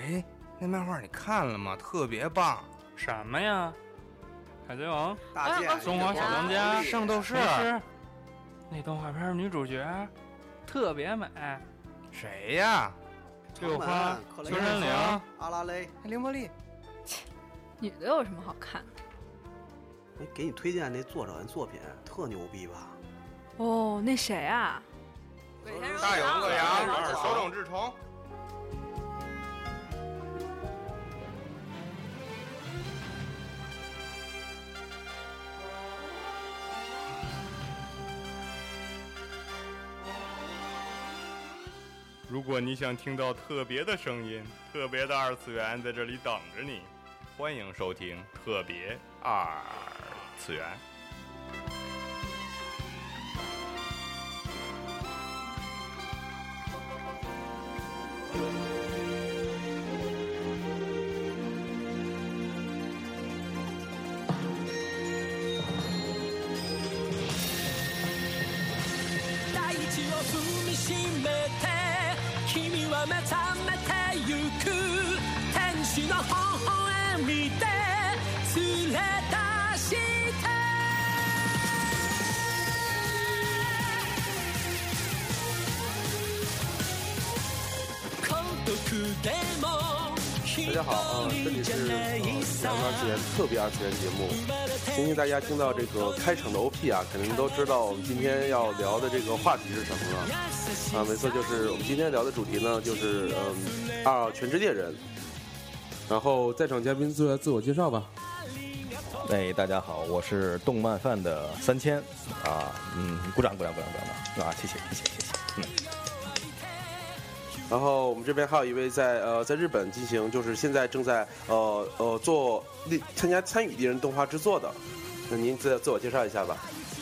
哎，那漫画你看了吗？特别棒。 什么呀？海贼王、 大剑、 中华小当家、 圣斗士。 那动画片女主角特别美。 谁呀？ 六花、秋山绫、 阿拉蕾、 凌波丽。 女的有什么好看的？ 哎，给你推荐那作者的作品特牛逼吧？ 哦，那谁啊？ 大有恶阳，手冢治虫。如果你想听到特别的声音，特别的二次元在这里等着你，欢迎收听特别二次元。 君は目覚めてゆく天使の微笑みで連れ出して孤独でも大家好这里是两个二次元特别二次元节目。相信大家听到这个开场的 OP 啊，肯定都知道我们今天要聊的这个话题是什么了啊？没错，就是我们今天聊的主题呢，就是全职猎人。然后在场嘉宾做自我介绍吧。 大家好，我是动漫范的3000啊，鼓掌的啊，谢谢。 然后我们这边还有一位在日本进行，就是现在正在参与猎人动画制作的，那您自我介绍一下吧。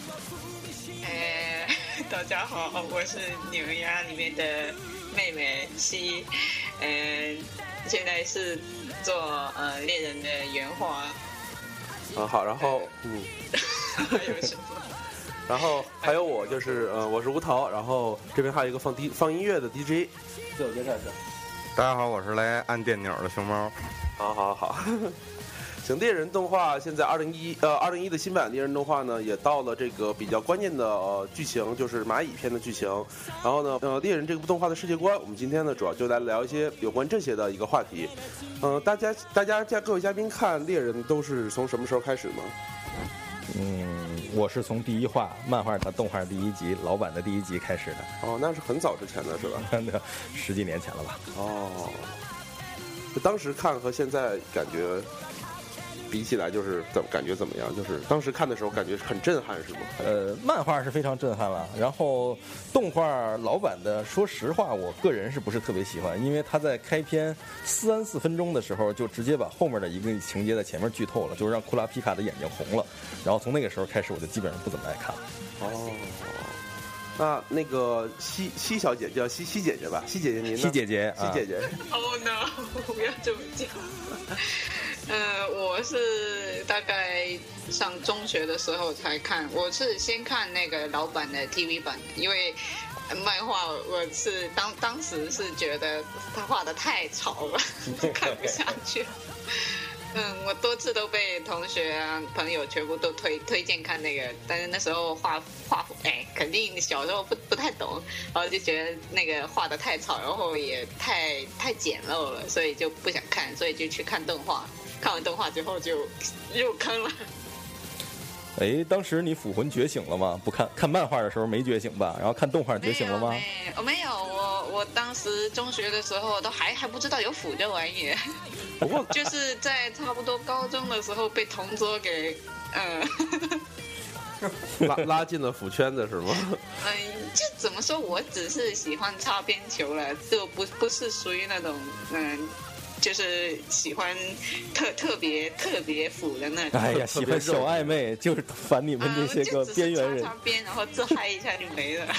大家好，我是牛丫里面的妹妹西，现在是做猎人的原画。 好，然后还有什么？ 然后还有我，就是我是吴桃，然后这边还有一个放音乐的 DJ。自我介绍一下。 大家好，我是来按电钮的熊猫。 好。行，猎人动画现在2011的新版猎人动画呢，也到了这个比较关键的剧情，就是蚂蚁篇的剧情。然后呢，猎人这部动画的世界观，我们今天呢主要就来聊一些有关这些的一个话题。大家各位嘉宾看猎人都是从什么时候开始呢？ 我是从第一话漫画的动画第1集老版的第1集开始的。 哦，那是很早之前的是吧 ？10几年前了吧。 哦，当时看和现在感觉比起来，就是感觉怎么样？就是当时看的时候感觉很震撼，是吗？ 漫画是非常震撼了，然后动画老版的，说实话，我个人是不是特别喜欢？因为他在开篇3、4分钟的时候，就直接把后面的一个情节在前面剧透了，就是让库拉皮卡的眼睛红了。然后从那个时候开始，我就基本上不怎么爱看了。 哦，那个西小姐叫西姐姐吧？西姐姐您呢？ 西姐姐。 Oh no！ 不要这么讲。我是大概上中学的时候才看，我是先看那个老版的 TV 版，因为漫画我是当时是觉得他画的太吵了，看不下去。我多次都被同学啊朋友全部都推荐看那个，但是那时候画肯定小时候不太懂，然后就觉得那个画的太吵，然后也太简陋了，所以就不想看，所以就去看动画。看完动画之后就入坑了。 当时你腐魂觉醒了吗？不看漫画的时候没觉醒吧？然后看动画觉醒了吗？ 没有，我当时中学的时候都还不知道有腐这玩意，就是在差不多高中的时候被同桌给拉进了腐圈子是吗？ 就怎么说，我只是喜欢擦边球了，就不是属于那种就是喜欢特别腐的那种。 哎呀，喜欢小暧昧，就是烦你们这些个边缘人。 就只是擦边，然后自嗨一下就没了。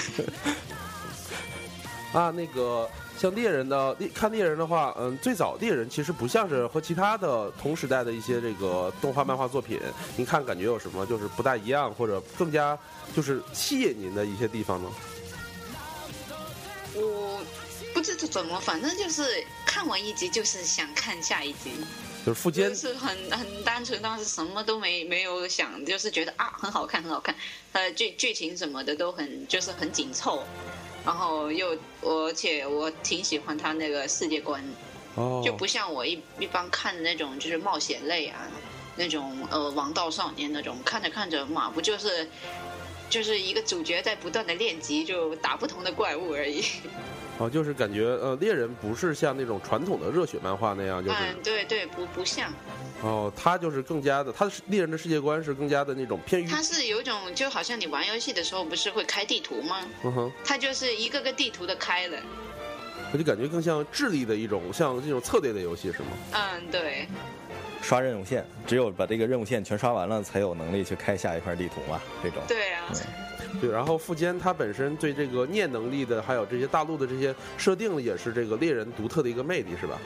那个像看猎人的话，最早猎人其实不像是和其他的同时代的一些这个动画漫画作品，您看感觉有什么就是不大一样，或者更加就是吸引您的一些地方呢？ 我不知怎么，反正就是看完一集就是想看下一集， 就是富坚就是很单纯，当时什么都没有想，就是觉得啊很好看很好看，剧情什么的都很紧凑，然后而且我挺喜欢他那个世界观，就不像我一般看的那种就是冒险类啊，那种王道少年那种，看着看着嘛，不就是一个主角在不断的练级，就打不同的怪物而已。 就是感觉猎人不是像那种传统的热血漫画那样，就是对，不像。 他就是更加的，他的猎人的世界观是更加的那种偏于。 他是有一种就好像你玩游戏的时候不是会开地图吗？他就是一个个地图的开了。 我就感觉更像智力的一种，像这种策略的游戏是吗？ 对。 刷任务线，只有把这个任务线全刷完了，才有能力去开下一块地图嘛。这种。 对啊。 对，然后富坚他本身对这个念能力的，还有这些大陆的这些设定，也是这个猎人独特的一个魅力，是吧？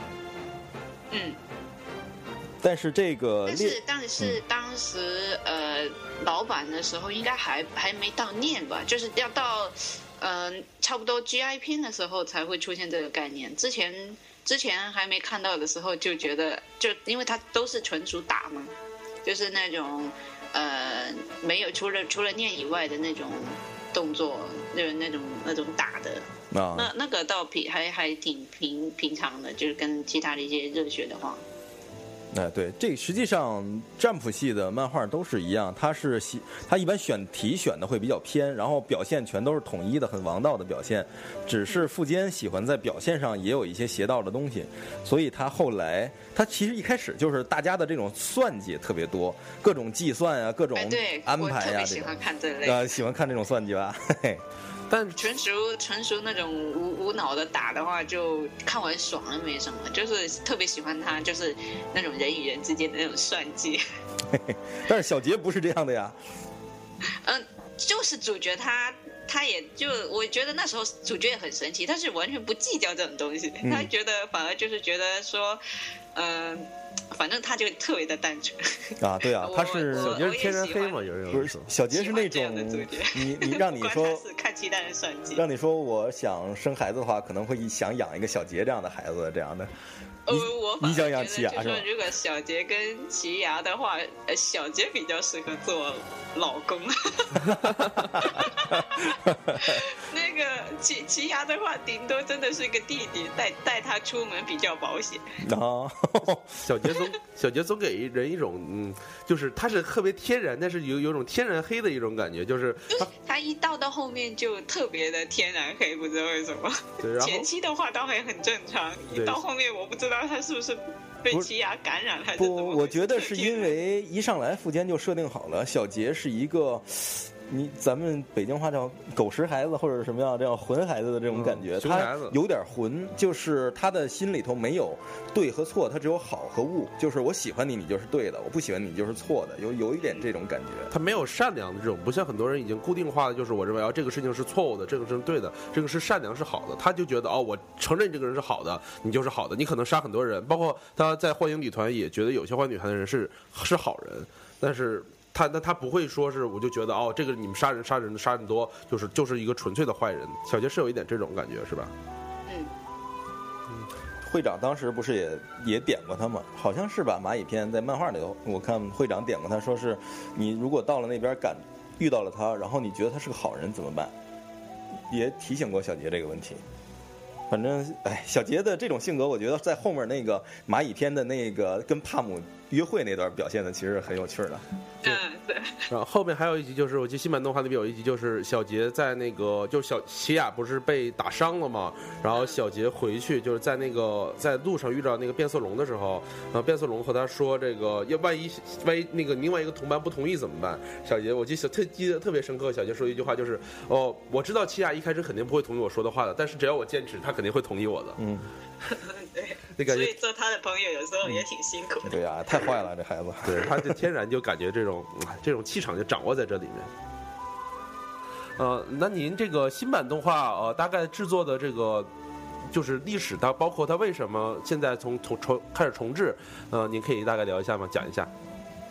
但是这个， 但是当时老版的时候，应该还没到念吧，就是要到差不多 GI 篇的时候才会出现这个概念。之前还没看到的时候，就觉得就因为它都是纯属打嘛，就是那种没有除了念以外的那种动作，就是那种打的。那个倒还挺平常的，就是跟其他的一些热血的话。 对，这实际上占卜系的漫画都是一样，他一般选题选的会比较偏，然后表现全都是统一的，很王道的表现。只是富坚喜欢在表现上也有一些邪道的东西，所以他后来他其实一开始就是大家的这种算计特别多，各种计算啊，各种安排呀， 我特别喜欢看这类， 喜欢看这种算计吧。 但纯属那种无脑的打的话，就看完爽了没什么，就是特别喜欢他，就是那种人与人之间的那种算计。 但是小杰不是这样的呀。 就是主角他也就我觉得那时候主角也很神奇，他是完全不计较这种东西，他反而就是觉得说，反正他就特别的单纯对啊，他是小杰是天然黑嘛，有人不是小杰是那种你让你说是看其他人算计， 让你说我想生孩子的话，可能会想养一个小杰这样的孩子这样的。你想养奇牙是吧？ 如果小杰跟奇牙的话，小杰比较适合做老公。那个奇牙的话，顶多真的是个弟弟，带他出门比较保险。 小杰总给人一种就是他是特别天然，但是有种天然黑的一种感觉，就是他一到后面就特别的天然黑，不知道为什么。前期的话倒还很正常，一到后面我不知道他是不是被奇牙感染还是怎么。 我觉得是因为一上来富坚就设定好了，小杰是一个。咱们北京话叫狗食孩子或者什么样这样混孩子的这种感觉，他有点混，就是他的心里头没有对和错，他只有好和恶，就是我喜欢你，你就是对的；我不喜欢你，你就是错的，有一点这种感觉。 他没有善良的这种，不像很多人已经固定化的，就是我认为这个事情是错误的，这个是对的，这个是善良是好的，他就觉得我承认这个人是好的，你就是好的，你可能杀很多人，包括他在幻影女团也觉得有些幻影女团的人是好人，但是。他不会说是我就觉得这个你们杀人多就是一个纯粹的坏人。小杰是有一点这种感觉是吧？ 会长当时不是也点过他吗？好像是吧？蚂蚁篇在漫画里头，我看会长点过他，说是你如果到了那边遇到了他，然后你觉得他是个好人怎么办？也提醒过小杰这个问题。反正小杰的这种性格，我觉得在后面那个蚂蚁篇的那个跟帕姆约会那段表现的其实很有趣的。 对。 然后后面还有一集，就是我记得新版动画里面有一集，就是小杰在那个，就奇亚不是被打伤了嘛，然后小杰回去就是在在路上遇到那个变色龙的时候，然后变色龙和他说这个万一那个另外一个同伴不同意怎么办？小杰我记得特别深刻，小杰说一句话就是我知道奇亚一开始肯定不会同意我说的话的，但是只要我坚持，他肯定会同意我的。 对，所以做他的朋友有时候也挺辛苦的。 对呀，太坏了这孩子。 对，他就天然就感觉这种气场就掌握在这里面。那您这个新版动画大概制作的这个就是历史，它包括它为什么现在开始重制，您可以大概聊一下吗？讲一下。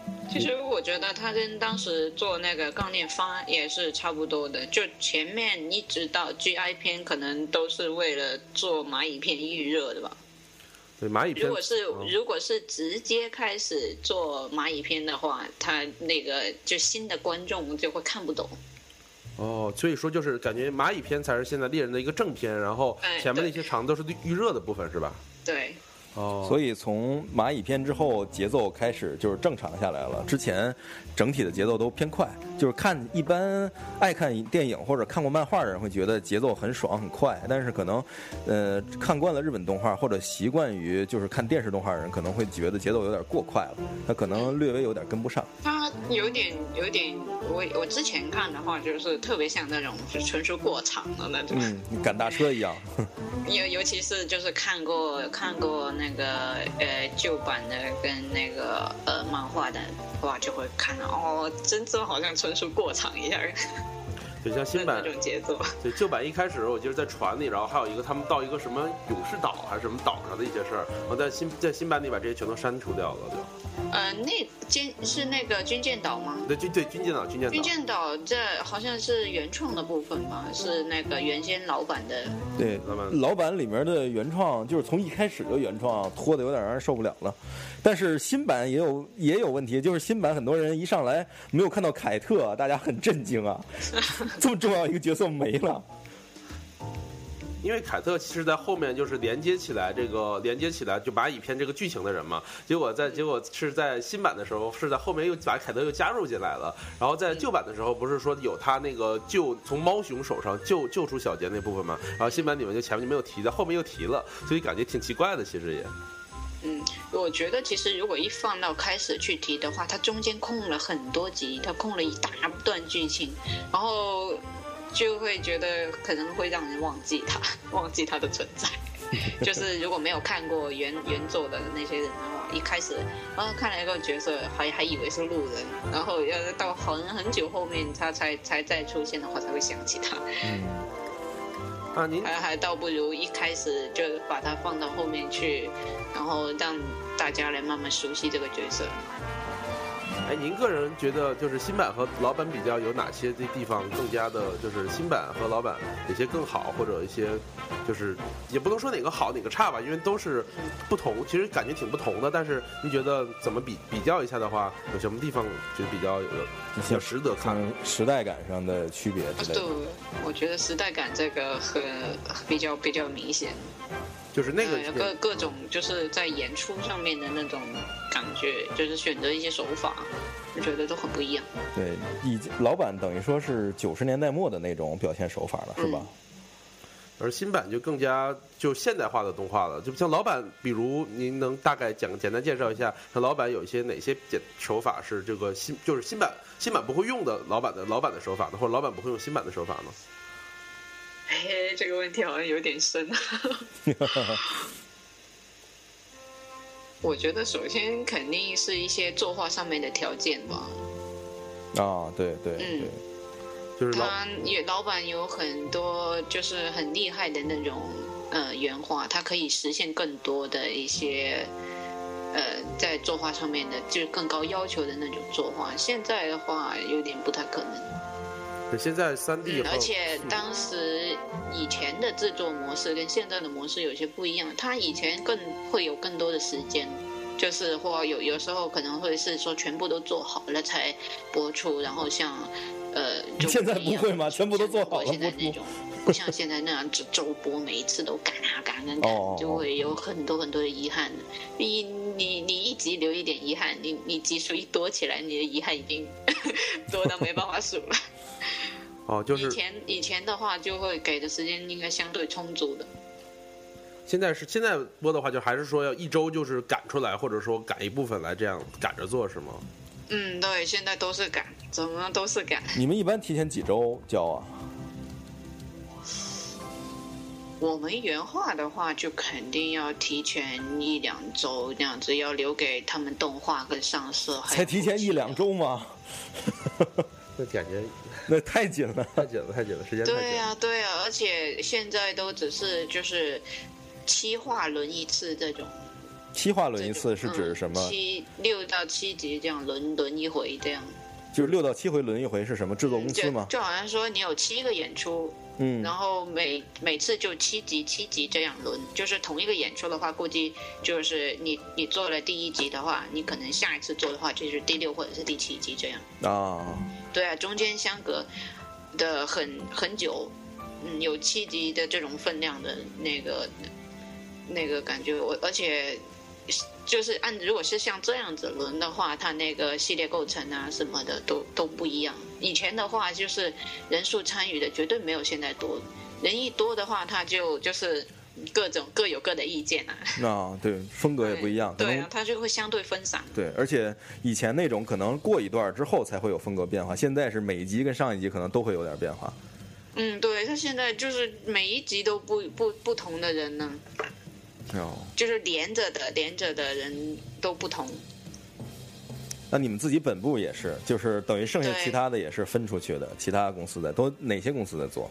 其实我觉得他跟当时做那个钢炼发也是差不多的，就前面一直到 GI 片可能都是为了做蚂蚁片预热的吧。 对，蚂蚁片如果是直接开始做蚂蚁片的话，他那个就新的观众就会看不懂。 哦，所以说就是感觉蚂蚁片才是现在猎人的一个正片，然后前面那些长都是预热的部分，是吧？ 对。 哦， 所以从蚂蚁片之后，节奏开始就是正常下来了。之前整体的节奏都偏快，就是一般爱看电影或者看过漫画的人会觉得节奏很爽很快，但是可能看惯了日本动画或者习惯于就是看电视动画的人，可能会觉得节奏有点过快了，他可能略微有点跟不上。 他有点，我之前看的话，就是特别像那种就纯属过场的那种， 你赶大车一样。 尤其是就是看过那个旧版的跟那个漫画的话，就会看到真正好像纯属过场一样。 对，像新版那种节奏。对， 旧版一开始我记得在船里，然后还有一个他们到一个什么勇士岛还是什么岛上的一些事儿，然后在新版里把这些全都删除掉了，对。 是那个军舰岛吗？ 对，军舰岛。 军舰岛这好像是原创的部分吧，是那个原先老版的。 对，老版里面的原创就是从一开始就原创，拖得有点让人受不了了。但是新版也有问题，就是新版很多人一上来没有看到凯特，大家很震惊啊，这么重要一个角色没了。 因为凯特其实在后面就是连接起来就蚂蚁片这个剧情的人嘛，结果是在新版的时候是在后面又把凯特又加入进来了，然后在旧版的时候不是说有他那个从猫熊手上救出小杰那部分嘛，然后新版里面就前面就没有提，在后面又提了，所以感觉挺奇怪的，其实也。 我觉得其实如果一放到开始去提的话，它中间空了很多集，它空了一大段剧情，然后就会觉得可能会让人忘记它的存在。就是如果没有看过原作的那些人的话，一开始看了一个角色还以为是路人，然后要到很久后面他才再出现的话才会想起他。还倒不如一开始就把它放到后面去，然后让大家来慢慢熟悉这个角色。 您个人觉得就是新版和老版比较有哪些地方更加的，就是新版和老版哪些更好，或者一些就是也不能说哪个好哪个差吧，因为都是不同，其实感觉挺不同的。但是您觉得怎么比较一下的话，有什么地方就比较值得看？ 时代感上的区别之类的。 对，我觉得时代感这个比较明显。 就是那个各种就是在演出上面的那种感觉，就是选择一些手法，我觉得都很不一样。 对，老版等于说是90年代末的那种表现手法了，是吧？ 而新版就更加就现代化的动画了，就像老版，比如您能大概简单介绍一下，像老版有一些哪些手法是这个新版不会用的老版的手法呢，或者老版不会用新版的手法呢？ 这个问题好像有点深。我觉得首先肯定是一些作画上面的条件吧。 对， 就是老版有很多就是很厉害的那种原画，它可以实现更多的一些在作画上面的就是更高要求的那种作画。现在的话有点不太可能。 现在3D 而且当时以前的制作模式跟现在的模式有些不一样，它以前会有更多的时间，就是或有时候可能会是说全部都做好了才播出，然后像现在不会吗？全部都做好了现在那种不像现在那样周播，每一次都赶，就会有很多的遗憾。你一集留一点遗憾，你集数一多起来，你的遗憾已经多到没办法数了。 就是以前的话就会给的时间应该相对充足的。 现在播的话，就还是说要一周就是赶出来，或者说赶一部分来，这样赶着做是吗？ 对，现在都是赶，怎么都是赶。 你们一般提前几周交啊？ 我们原画的话，就肯定要提前1-2周这样子，要留给他们动画跟上色。 才提前1-2周吗？ 那感觉那太紧了，时间太紧了。对啊，而且现在都只是就是7画轮一次这种， 7话轮一次是指什么 ？6到7集这样轮一回这样。 就是6到7回轮一回是什么？制作公司吗？ 就好像说你有7个演出，然后每次就7集这样轮，就是同一个演出的话，估计就是你做了第1集的话，你可能下一次做的话就是第6或者是第7集这样。啊，对啊，中间相隔的很久，有7集的这种分量的那个感觉，而且。就是如果是像这样子轮的话，它那个系列构成啊什么的都不一样。以前的话就是人数参与的绝对没有现在多，人一多的话，它就是各有各的意见啊。 对，风格也不一样。 对啊，它就会相对分散。 对，而且以前那种可能过一段之后才会有风格变化，现在是每一集跟上一集可能都会有点变化。 对，它现在就是每一集都不同的人呢。就是连着的人都不同。 那你们自己本部也是，就是等于剩下其他的也是分出去的，其他公司的哪些公司在做？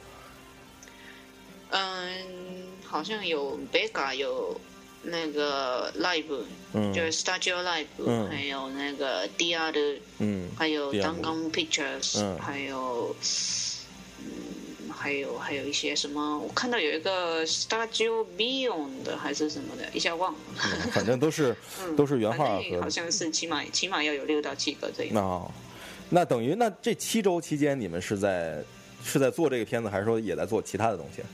好像有 Vega， 有那个 Live，就是 Studio Live，还有那个 DR 的，还有 Dangang Pictures，还有一些什么，我看到有一个 Studio Beyond 的还是什么的，一下忘了。 反正都是原画和， 好像是起码要有6到7个这样。 那等于这7周期间，你们是在做这个片子，还是说也在做其他的东西？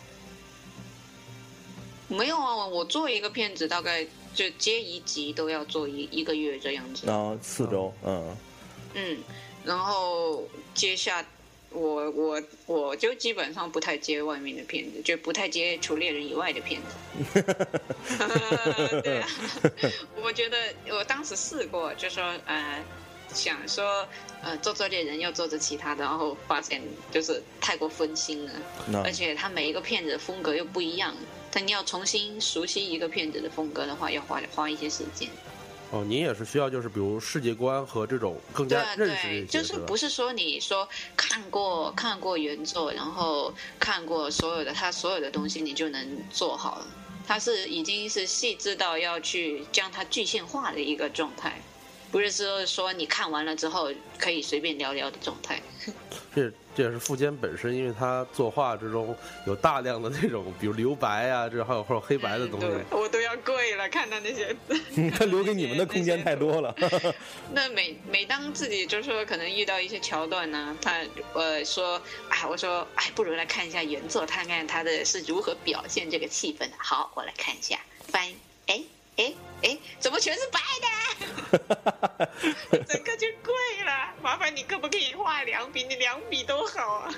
没有啊，我做一个片子大概就接1集都要做一个月这样子。 4周， 然后接下。我就基本上不太接外面的片子，就不太接除猎人以外的片子。对啊，我觉得我当时试过，就说想说做猎人又做其他的，然后发现就是太过分心了，而且他每一个片子的风格又不一样，但你要重新熟悉一个片子的风格的话，要花一些时间。 您也是需要就是比如世界观和这种更加认识这些， 就是不是说你说看过原作，然后看过他所有的东西，你就能做好了。它是已经是细致到要去将它具象化的一个状态，不是说你看完了之后可以随便聊聊的状态。 这也是富坚本身，因为他作画之中有大量的那种，比如留白啊，这还有或者黑白的东西， 我都要跪了，看到那些。 他留给你们的空间太多了。 那每当自己就说可能遇到一些桥段呢，他我说不如来看一下原作，看看他的是如何表现这个气氛的。好，我来看一下，翻，怎么全是白的？整个就跪了，麻烦你可不可以画2笔？你2笔都好啊。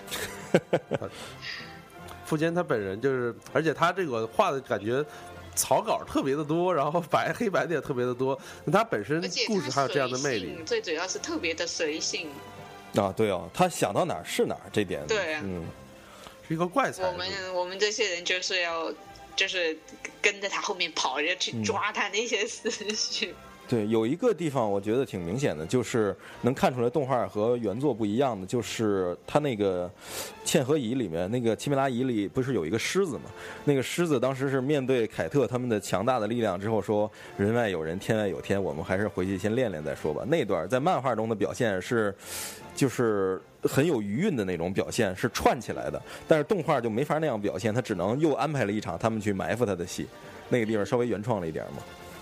富坚他本人就是，而且他这个画的感觉草稿特别的多，然后黑白的也特别的多，他本身故事还有这样的魅力。 最主要是特别的随性。 对哦，他想到哪儿是哪儿，这点对啊， 是一个怪才。 我们这些人就是要。就是跟着他后面跑着去抓他那些思绪。 对，有一个地方我觉得挺明显的，就是能看出来动画和原作不一样的，就是他那个嵌合蚁里面那个奇美拉蚁里不是有一个狮子吗？那个狮子当时是面对凯特他们的强大的力量之后说人外有人天外有天，我们还是回去先练练再说吧。那段在漫画中的表现是就是很有余韵的那种表现，是串起来的，但是动画就没法那样表现，他只能又安排了一场他们去埋伏他的戏，那个地方稍微原创了一点嘛。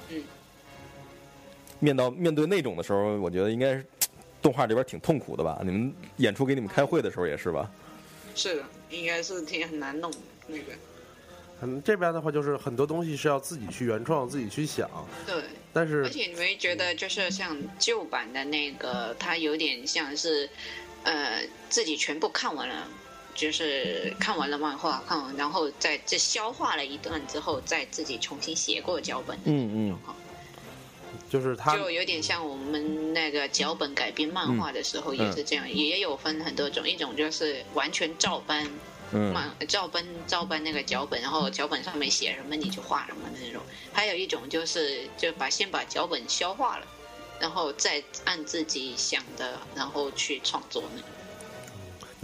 面对那种的时候，我觉得应该是动画这边挺痛苦的吧？你们演出给你们开会的时候也是吧？ 是的，应该是很难弄的那个。 这边的话就是很多东西是要自己去原创，自己去想。 对。 但是， 而且你没觉得就是像旧版的那个，它有点像是，自己全部看完了，就是看完了漫画，然后在这消化了一段之后，再自己重新写过脚本的状况。 就是他就有点像我们那个脚本改编漫画的时候也是这样，也有分很多种，一种就是完全照搬。照搬那个脚本，然后脚本上面写什么你就画什么的那种。还有一种就是先把脚本消化了，然后再按自己想的，然后去创作那种。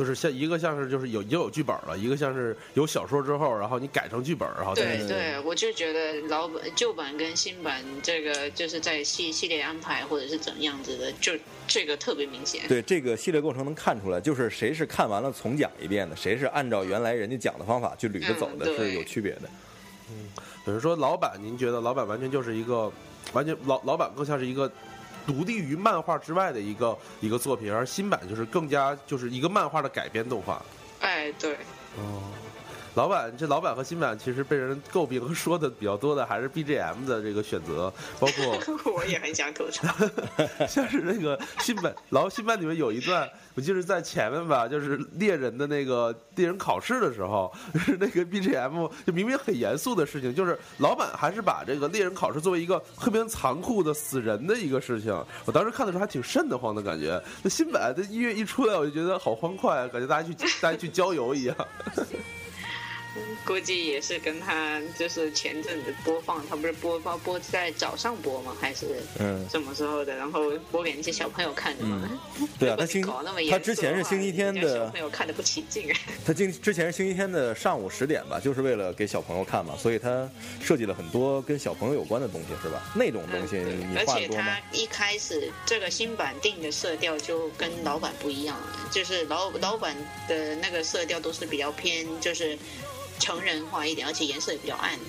就是像是就是已经有剧本了，一个像是有小说之后，然后你改成剧本，然后对对，我就觉得旧版跟新版这个就是在系列安排或者是怎样子的，就这个特别明显。 对，这个系列过程能看出来，就是谁是看完了重讲一遍的，谁是按照原来人家讲的方法去捋着走的，是有区别的。 比如说老版，您觉得老版完全就是一个完全老版更像是一个独立于漫画之外的一个作品，而新版就是更加就是一个漫画的改编动画。 哎，对。 哦，老版和新版其实被人诟病和说的比较多的还是 BGM 的这个选择，包括我也很想吐槽， 像是那个新版里面有一段，我记得在前面吧，就是猎人的那个猎人考试的时候，是那个 BGM 就明明很严肃的事情，就是老版还是把这个猎人考试作为一个特别残酷的死人的一个事情。我当时看的时候还挺瘆得慌的感觉。那新版的音乐一出来，我就觉得好欢快，感觉大家去郊游一样。 估计也是跟他就是前阵子播放，他不是播在早上播吗？还是什么时候的？然后播给那些小朋友看的嘛。 对啊，他之前是星期天的， 小朋友看得不起劲。 他之前是星期天的上午10点吧，就是为了给小朋友看嘛，所以他设计了很多跟小朋友有关的东西，是吧？那种东西你画得多吗？ 而且他一开始这个新版定的色调就跟老版不一样，就是老版的那个色调都是比较偏就是成人化一点，而且颜色也比较暗，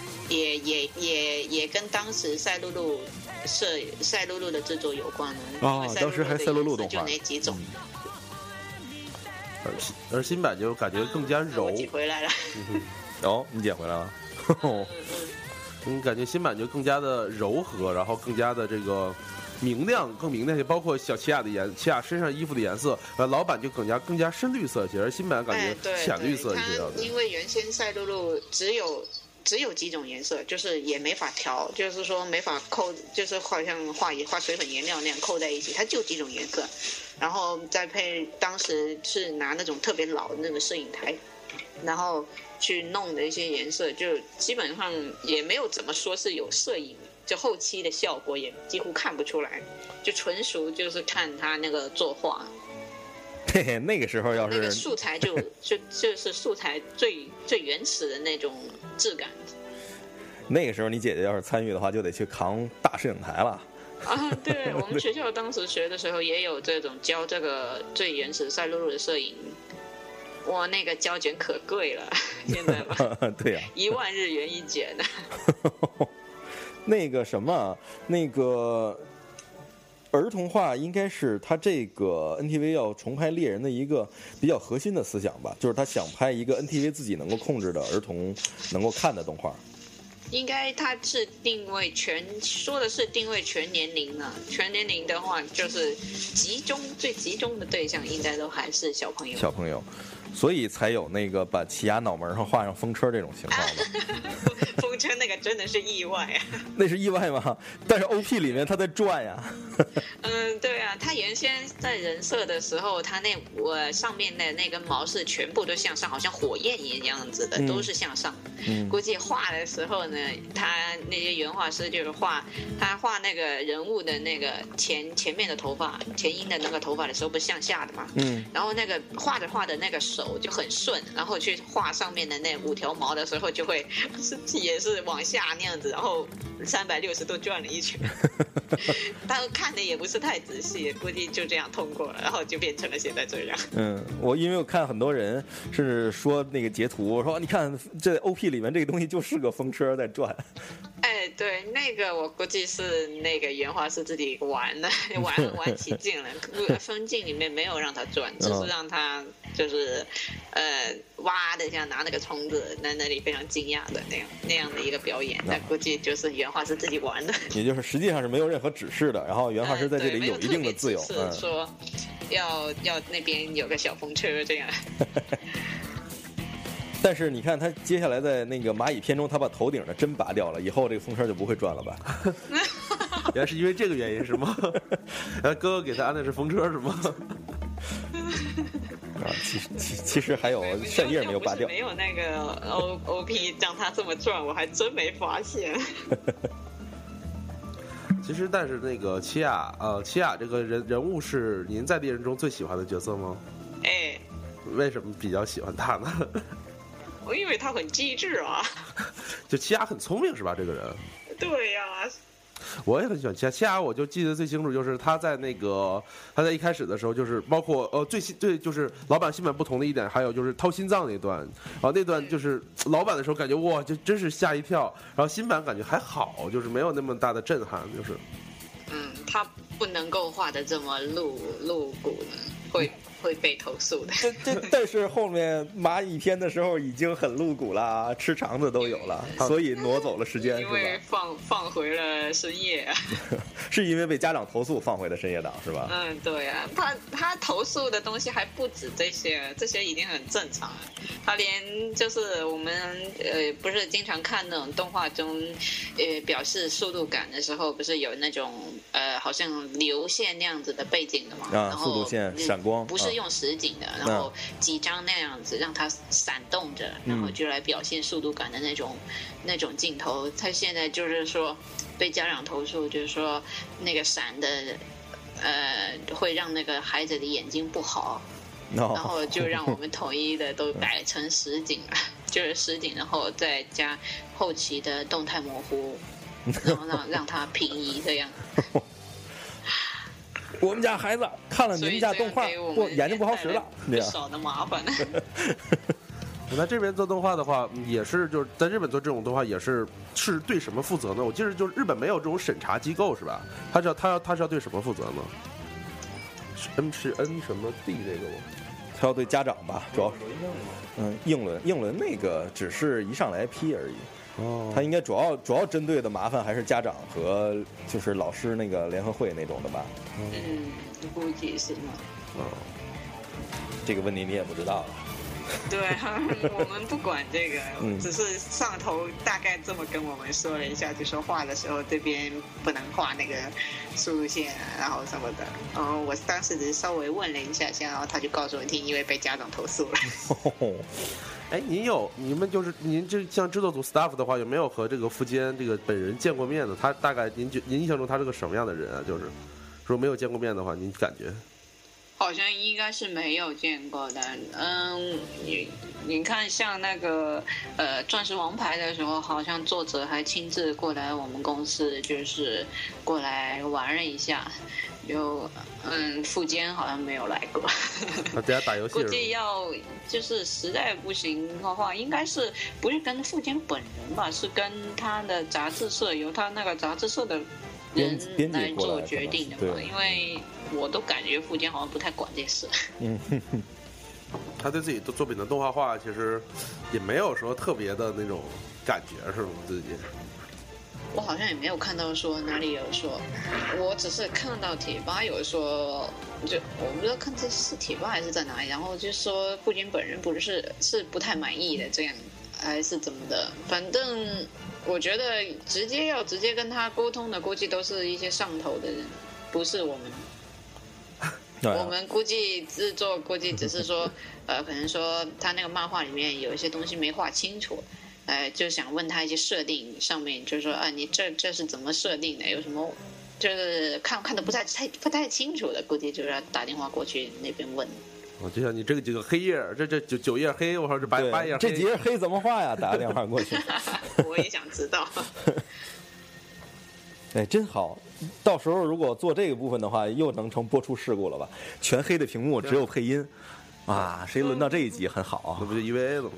也跟当时赛璐璐的制作有关的。 哦，当时还赛璐璐动画就那几种。 而新版就感觉更加柔。 我捡回来了。 哦，你捡回来了。 感觉新版就更加的柔和，然后更加的这个明亮，更明亮些，包括小奇亚身上衣服的颜色，老版就更加深绿色些，而新版感觉浅绿色一些。 因为原先赛璐璐只有几种颜色，就是也没法调，就是说没法扣，就是好像画水粉颜料那样扣在一起，它就几种颜色，然后再配当时是拿那种特别老的那个摄影台，然后去弄的一些颜色，就基本上也没有怎么说是有摄影，就后期的效果也几乎看不出来，就纯属就是看他那个作画。 嘿嘿，那个时候要是那个素材就是素材最原始的那种质感。 那个时候你姐姐要是参与的话，就得去扛大摄影台了。 啊，对，我们学校当时学的时候也有这种教这个最原始赛璐璐的摄影。哇，那个胶卷可贵了，现在吧？ 对呀 ，1万日元一卷呢。 那个什么，那个儿童画应该是他这个 NTV 要重拍猎人的一个比较核心的思想吧，就是他想拍一个 NTV 自己能够控制的儿童能够看的动画。 应该它是定位说的是定位全年龄呢。全年龄的话，就是最集中的对象应该都还是小朋友。所以才有那个把奇亚脑门上画上风车这种情况的。 风车那个真的是意外啊！ 那是意外吗？但是 OP 里面它在转呀。 对啊，他原先在人设的时候，他上面的那根毛是全部都向上，好像火焰一样子的，都是向上。估计画的时候呢，他那些原画师就是画那个人物的那个前面的头发，前因的那个头发的时候不是向下的嘛？然后那个画着那个手就很顺，然后去画上面的那5条毛的时候，就会也是往下那样子，然后360度转了一圈。他看的也不是太仔细，估计就这样通过了，然后就变成了现在这样。 因为我看很多人是说那个截图，说你看这 OP 里面这个东西就是个风车在转。 哎，对，那个我估计是那个原画是自己玩的，玩起劲了。分镜里面没有让他转，只是让他就是哇的像拿那个虫子在那里非常惊讶的那样的一个表演。那估计就是原画是自己玩的， 也就是实际上是没有任何指示的，然后原画师在这里有一定的自由， 是说要那边有个小风车这样。 但是你看他接下来在那个蚂蚁片中，他把头顶的针拔掉了，以后这个风车就不会转了吧？ 原来是因为这个原因是吗？哥哥给他安的是风车是吗？ 其实还有扇叶没有拔掉， 没有那个 OP 让他这么转，我还真没发现。 其实，但是那个奇亚这个人物是您在猎人中最喜欢的角色吗？ 为什么比较喜欢他呢？ 我因为他很机智啊。 就奇亚很聪明是吧？这个人。 对呀、 我也很喜欢奇亚，我就记得最清楚，就是他在一开始的时候，就是包括最就是老版新版不同的一点，还有就是掏心脏那段，然后那段就是老版的时候感觉哇，就真是吓一跳，然后新版感觉还好，就是没有那么大的震撼，就是。 他不能够画的这么露骨呢，会被投诉的。 但是后面蚂蚁篇的时候已经很露骨了，吃肠子都有了，所以挪走了时间， 因为放回了深夜。 是因为被家长投诉放回了深夜档是吧？ 对啊，他投诉的东西还不止这些已经很正常了。他连就是我们不是经常看那种动画中表示速度感的时候，不是有那种好像流线那样子的背景的嘛？然后速度线闪光， 不是用实景的，然后几张那样子让它闪动着，然后就来表现速度感的那种镜头。他现在就是说被家长投诉，就是说那个闪的会让那个孩子的眼睛不好。然后就让我们统一的都改成实景了，就是实景，然后再加后期的动态模糊，然后让它平移这样。 我们家孩子看了你们家动画，眼睛不好使了， 不少的麻烦。 我在这边做动画的话，也是就是在日本做这种动画也是对什么负责呢？我记得就是日本没有这种审查机构是吧？他是要对什么负责呢？是 N 什么 D 这个吗？ 他要对家长吧，主要英伦那个只是一上来批而已。他应该主要针对的麻烦还是家长和就是老师那个联合会那种的吧。 估计是嘛。 这个问题你也不知道了。 对，我们不管这个，只是上头大概这么跟我们说了一下，就说画的时候这边不能画那个输入线，然后什么的。我当时只是稍微问了一下，然后他就告诉我听，因为被家长投诉了。 哎，您这像制作组 staff 的话，有没有和这个富坚这个本人见过面的？他大概您印象中他是个什么样的人啊？就是如果没有见过面的话，您感觉？ 好像应该是没有见过的。你看像那个钻石王牌的时候，好像作者还亲自过来我们公司，就是过来玩了一下。富坚好像没有来过。 他在家打游戏。 估计要就是实在不行的话，应该是不是跟富坚本人吧？是跟他的杂志社，由他那个杂志社的人来做决定的嘛？因为我都感觉富坚好像不太管这事。 他对自己作品的动画化其实也没有说特别的那种感觉，是吗？自己。 我好像也没有看到说哪里有说，我只是看到贴吧有说，就我不知道看这是贴吧还是在哪里，然后就说富坚本人是不太满意的这样，还是怎么的？反正我觉得直接跟他沟通的，估计都是一些上头的人，不是我们。我们估计制作只是说，可能说他那个漫画里面有一些东西没画清楚。就想问他一些设定上面，就是说你这是怎么设定的？有什么就是看的不太清楚的，估计就是要打电话过去那边问。 就像你这个几个黑页，这9页黑，我说这8页黑， 这几页黑怎么画呀？打个电话过去。 我也想知道。 哎，真好！到时候如果做这个部分的话，又能成播出事故了吧？全黑的屏幕，只有配音，啊，谁轮到这一集很好啊？ 那不就 EVA 了吗？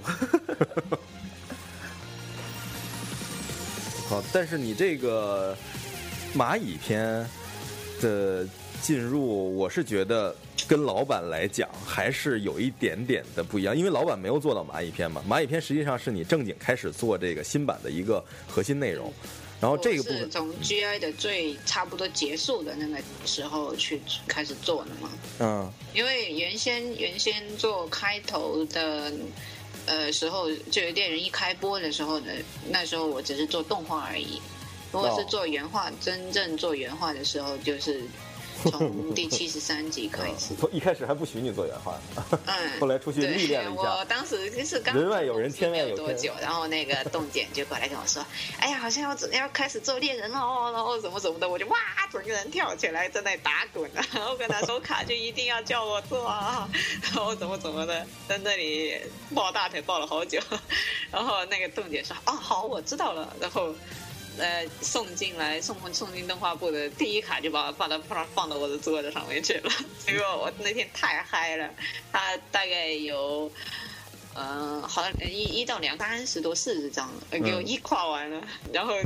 好，但是你这个蚂蚁篇的进入，我是觉得跟老版来讲还是有一点点的不一样，因为老版没有做到蚂蚁篇嘛。蚂蚁篇实际上是你正经开始做这个新版的一个核心内容，然后这个部分是从 GI 的最差不多结束的那个时候去开始做的嘛。因为原先做开头的。时候就有猎人一开播的时候呢，那时候我只是做动画而已。如果是做原画，真正做原画的时候，就是从第73集开始。 一开始还不许你做原画， 嗯， 后来出去历练了一下。 我当时就是刚人外有人，天外有天。 多久，然后那个冻姐就过来跟我说：“哎呀，好像要开始做猎人了，然后什么什么的。”我就哇，整个人跳起来在那里打滚，然后跟他说：“卡就一定要叫我做啊，然后怎么的，在那里抱大腿抱了好久。”然后那个冻姐说：“哦，好，我知道了。”然后。送进动画部的第一卡就把它放到我的桌子上面去了。结果我那天太嗨了，他大概有好像1到2、30多40张，给我一跨完了，然后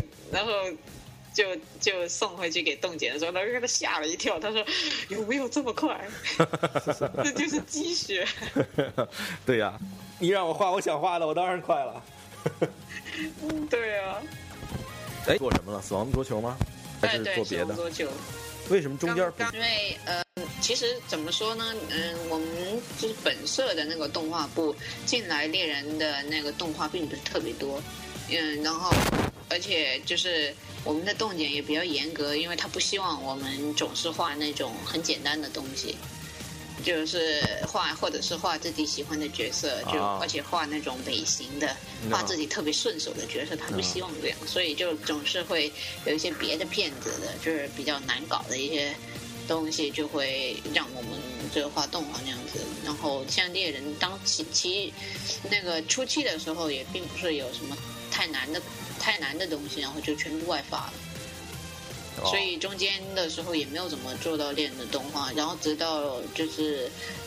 就送回去给冻姐的时候，然后给他吓了一跳，他说有没有这么快？这就是积雪。 对呀，你让我画我想画的，我当然快了。 对啊。 哎，做什么了？死亡桌球吗？还是做别的？ 死亡桌球。 为什么中间？ 因为其实怎么说呢？我们就是本社的那个动画部进来猎人的那个动画并不是特别多，然后而且就是我们的冻检也比较严格，因为他不希望我们总是画那种很简单的东西。就是画，或者是画自己喜欢的角色，而且画那种美型的，画自己特别顺手的角色，他不希望这样，所以就总是会有一些别的片子的，就是比较难搞的一些东西，就会让我们就画动画那样子。然后像猎人当那个初期的时候，也并不是有什么太难的东西，然后就全部外发了。所以中间的时候也没有怎么做到猎人的动画，然后直到就是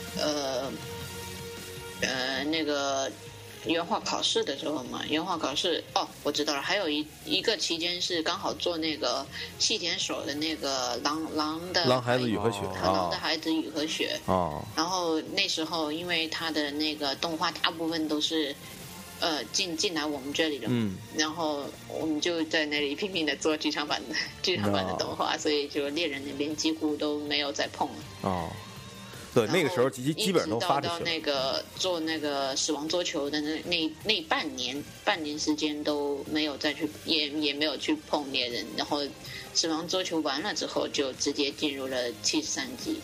那个原画考试的时候嘛，原画考试我知道了，还有一个期间是刚好做那个细田守的那个狼孩子雨和雪， 狼的孩子雨和雪然后那时候因为他的那个动画大部分都是进来我们这里了，然后我们就在那里拼命的做剧场版的动画，所以就猎人那边几乎都没有再碰了。 对，那个时候基本上都发出去了。 到那个做那个死亡桌球的那半年时间都没有再去，也没有去碰猎人，然后死亡桌球完了之后就直接进入了73集。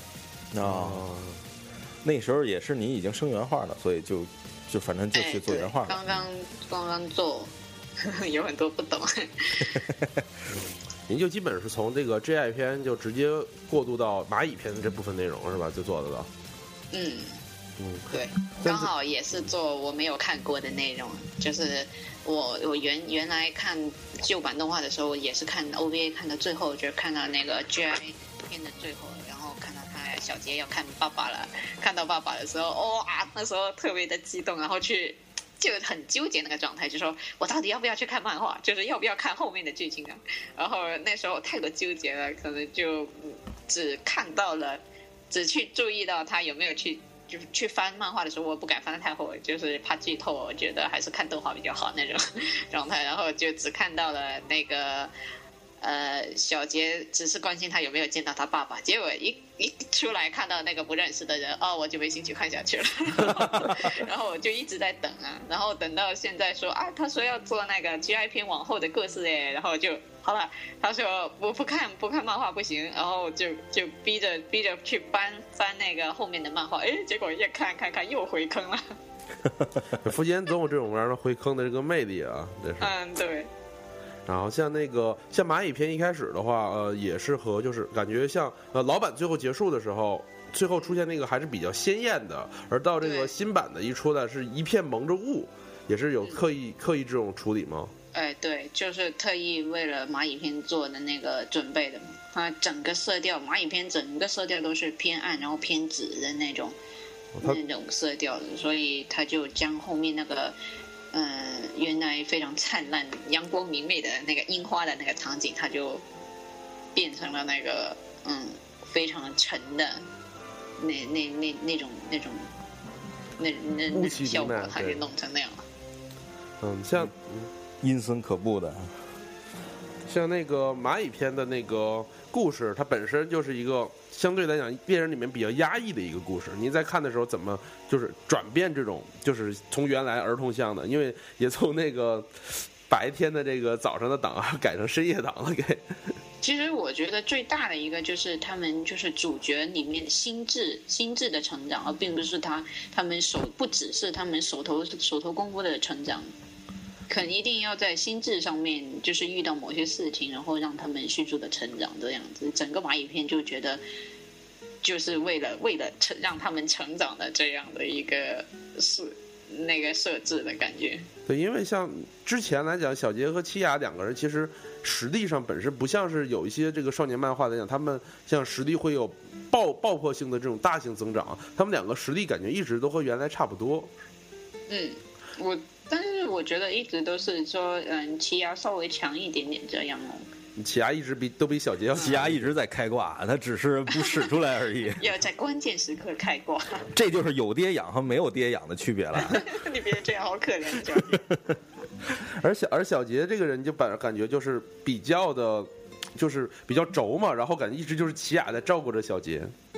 那时候也是你已经升原画了，所以就反正就去做原画。 刚刚做，有很多不懂。 您就基本是从这个 GI 篇就直接过渡到蚂蚁篇的这部分内容是吧？就做得到。 对，刚好也是做我没有看过的内容，就是我原来看旧版动画的时候，也是看 OVA 看到最后，就看到那个 GI 篇的最后，然后看到他小杰要看爸爸了，看到爸爸的时候，那时候特别的激动，然后就很纠结那个状态，就说我到底要不要去看漫画，就是要不要看后面的剧情啊？然后那时候太多纠结了，可能就只去注意到他有没有就是去翻漫画的时候，我不敢翻得太厚，就是怕剧透，我觉得还是看动画比较好那种状态，然后就只看到了那个小杰只是关心他有没有见到他爸爸，结果一出来看到那个不认识的人，我就没兴趣看下去了。然后我就一直在等啊，然后等到现在说他说要做那个 GI 篇往后的故事然后就好了，他说不看漫画不行，然后就逼着去翻那个后面的漫画，结果越看又回坑了。 福建总有这种玩意儿回坑的这个魅力啊，这是。 对。 然后像蚂蚁篇一开始的话，也是和就是感觉像老版最后结束的时候，最后出现那个还是比较鲜艳的，而到这个新版的一出来是一片蒙着雾，也是有刻意这种处理吗？ 对，就是特意为了蚂蚁篇做的那个准备的嘛。它整个色调，蚂蚁篇整个色调都是偏暗，然后偏紫的那种色调的，所以他就将后面那个。原来非常灿烂、阳光明媚的那个樱花的那个场景，它就变成了那个非常沉的那种效果，它就弄成那样了。 像阴森可怖的， 像那个蚂蚁篇的那个故事，它本身就是一个相对来讲猎人里面比较压抑的一个故事。您在看的时候怎么就是转变这种，就是从原来儿童向的，因为也从那个白天的这个早上的档改成深夜档了给。 其实我觉得最大的一个就是他们就是主角里面心智的成长，而并不是他们不只是他们手头功夫的成长，可能一定要在心智上面就是遇到某些事情，然后让他们迅速的成长这样子。整个蚂蚁片就觉得就是为了让他们成长的这样的一个设置的感觉。 对，因为像之前来讲，小杰和奇雅两个人其实实力上本身不像是有一些这个少年漫画来讲，他们像实力会有爆破性的这种大型增长，他们两个实力感觉一直都和原来差不多。 但是我觉得一直都是说，奇亚稍微强一点点这样哦。 奇亚一直都比小杰要， 奇亚一直在开挂，他只是不使出来而已。 要在关键时刻开挂， 这就是有爹养和没有爹养的区别了。 你别这样，好可怜的小杰。 而小杰这个人就感觉就是比较的，就是比较轴嘛，然后感觉一直就是奇亚在照顾着小杰。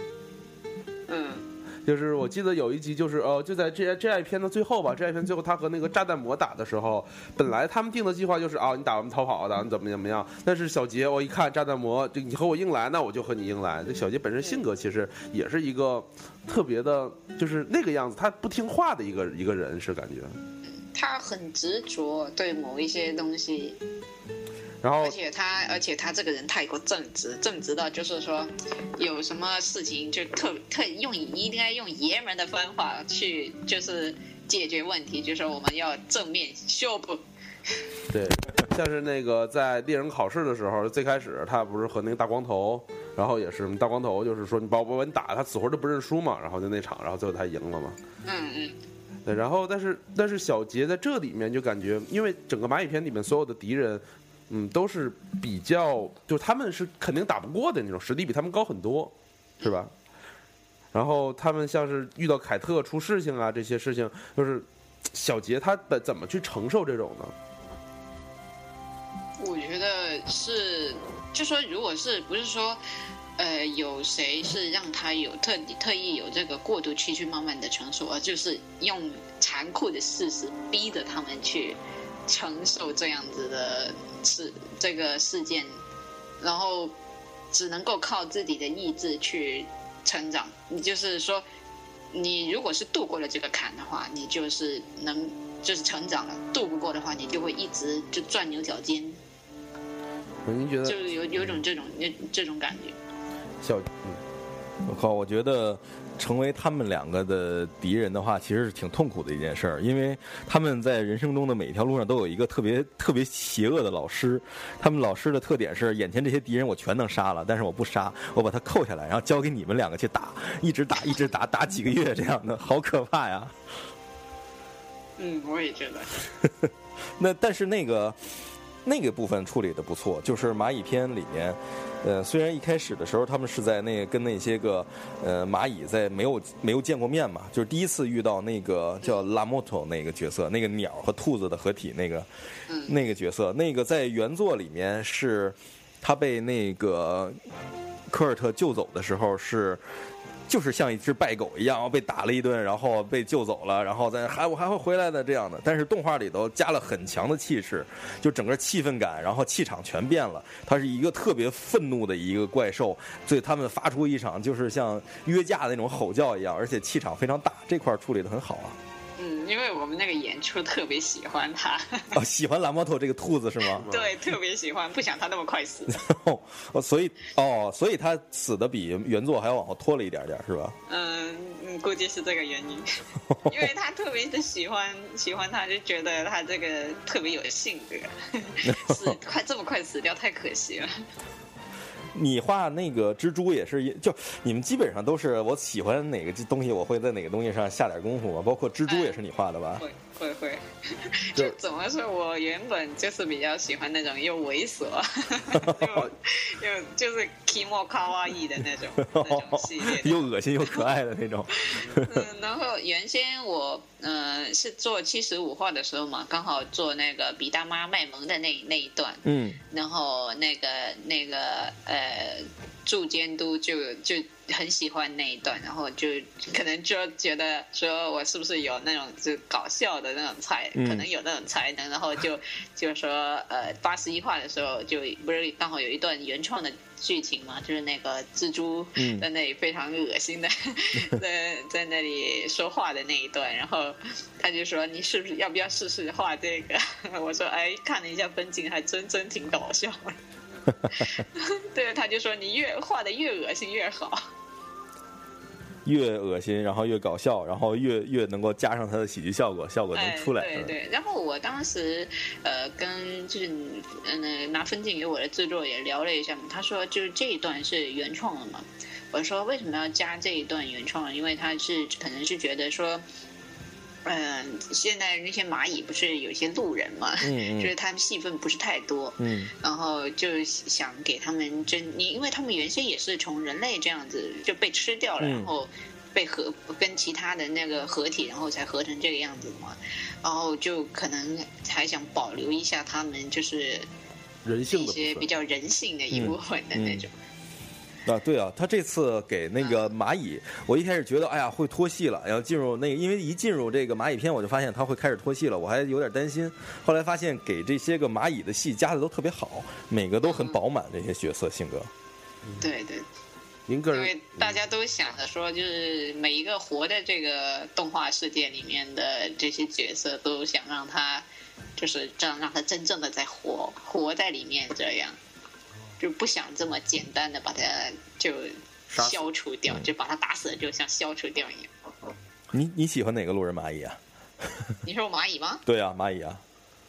就是我记得有一集就是就在这爱篇的最后吧，这爱篇最后他和那个炸弹魔打的时候，本来他们定的计划就是你打完逃跑的，你怎么样，但是小杰我一看炸弹魔，你和我硬来，那我就和你硬来。这小杰本身性格其实也是一个特别的，就是那个样子，他不听话的一个人，是感觉他很执着对某一些东西。 然后， 而且他这个人太过正直到就是说，有什么事情就一定要用爷们的方法去就是解决问题，就是说我们要正面修补。 对，像是那个在猎人考试的时候，最开始他不是和那个大光头，然后也是大光头就是说你把你打他死活都不认输嘛，然后就那场，然后最后他赢了嘛。对，然后但是小杰在这里面就感觉，因为整个蚂蚁篇里面所有的敌人。都是比较，就他们是肯定打不过的那种，实力比他们高很多，是吧？然后他们像是遇到凯特出事情啊，这些事情，就是小杰他怎么去承受这种呢？ 我觉得是，就说如果是不是说，有谁是让他有特意有这个过渡期去慢慢的承受，而就是用残酷的事实逼着他们去承受这样子的这个事件，然后只能够靠自己的意志去成长。你就是说，你如果是度过了这个坎的话，你就是成长了；度不过的话，你就会一直就钻牛角尖。 您觉得就是有种这种感觉。 我靠，我觉得成为他们两个的敌人的话，其实是挺痛苦的一件事儿，因为他们在人生中的每一条路上都有一个特别邪恶的老师。他们老师的特点是，眼前这些敌人我全能杀了，但是我不杀，我把他扣下来，然后交给你们两个去打，一直打几个月这样的，好可怕呀！ 我也觉得。 但是那个部分处理的不错，就是蚂蚁篇里面。虽然一开始的时候他们是在跟那些个蚂蚁在没有见过面嘛，就是第一次遇到那个叫拉莫托那个角色，那个鸟和兔子的合体那个角色，那个在原作里面是他被那个科尔特救走的时候就是像一只败狗一样被打了一顿，然后被救走了，然后我还会回来的这样的。但是动画里头加了很强的气势，就整个气氛感，然后气场全变了。它是一个特别愤怒的一个怪兽，所以他们发出一场就是像约架的那种吼叫一样，而且气场非常大，这块处理得很好啊。 因为我们那个演出特别喜欢他。 喜欢蓝猫头这个兔子是吗？ 对，特别喜欢，不想他那么快死。 所以他死的比原作还要往后拖了一点点，是吧？ 估计是这个原因，因为他特别的喜欢他，就觉得他这个特别有性格，这么快死掉太可惜了。 你画那个蜘蛛也是，就你们基本上都是我喜欢哪个东西，我会在哪个东西上下点功夫嘛。包括蜘蛛也是你画的吧？ 会。就怎么说，我原本就是比较喜欢那种又猥琐，又就是 kimo kawaii 的那种系列， 又恶心又可爱的那种。 然后原先我是做75话的时候嘛，刚好做那个比大妈卖萌的那一段，然后那个助监督就很喜欢那一段，然后就可能就觉得说我是不是有那种就搞笑的那种可能有那种才能，然后就说81话的时候就不是刚好有一段原创的剧情嘛，就是那个蜘蛛在那里非常恶心的在那里说话的那一段，然后他就说你是不是要不要试试画这个？我说看了一下分镜，还真挺搞笑的。对，他就说你越画的越恶心越好， 越恶心，然后越搞笑，然后越能够加上它的喜剧效果能出来。 对。然后我当时跟就是拿分镜给我的制作也聊了一下嘛，他说就是这一段是原创的嘛。我说为什么要加这一段原创？因为他可能是觉得说。现在那些蚂蚁不是有一些路人嘛，就是他们戏份不是太多，然后就想给他们因为他们原先也是从人类这样子就被吃掉了，然后被跟其他的那个合体，然后才合成这个样子嘛，然后就可能还想保留一下他们就是人性的一些比较人性的一部分的那种。 对啊，他这次给那个蚂蚁，我一开始觉得会脱戏了，然后进入因为一进入这个蚂蚁篇，我就发现他会开始脱戏了，我还有点担心。后来发现给这些个蚂蚁的戏加的都特别好，每个都很饱满，这些角色性格。 对， 您个人因为大家都想着说，就是每一个活的这个动画世界里面的这些角色，都想让他就是这样让他真正的在活在里面这样。就不想这么简单的把它就消除掉，就把它打死了，就像消除掉一样。 你喜欢哪个路人蚂蚁啊？ 你说蚂蚁吗？ 对啊，蚂蚁啊。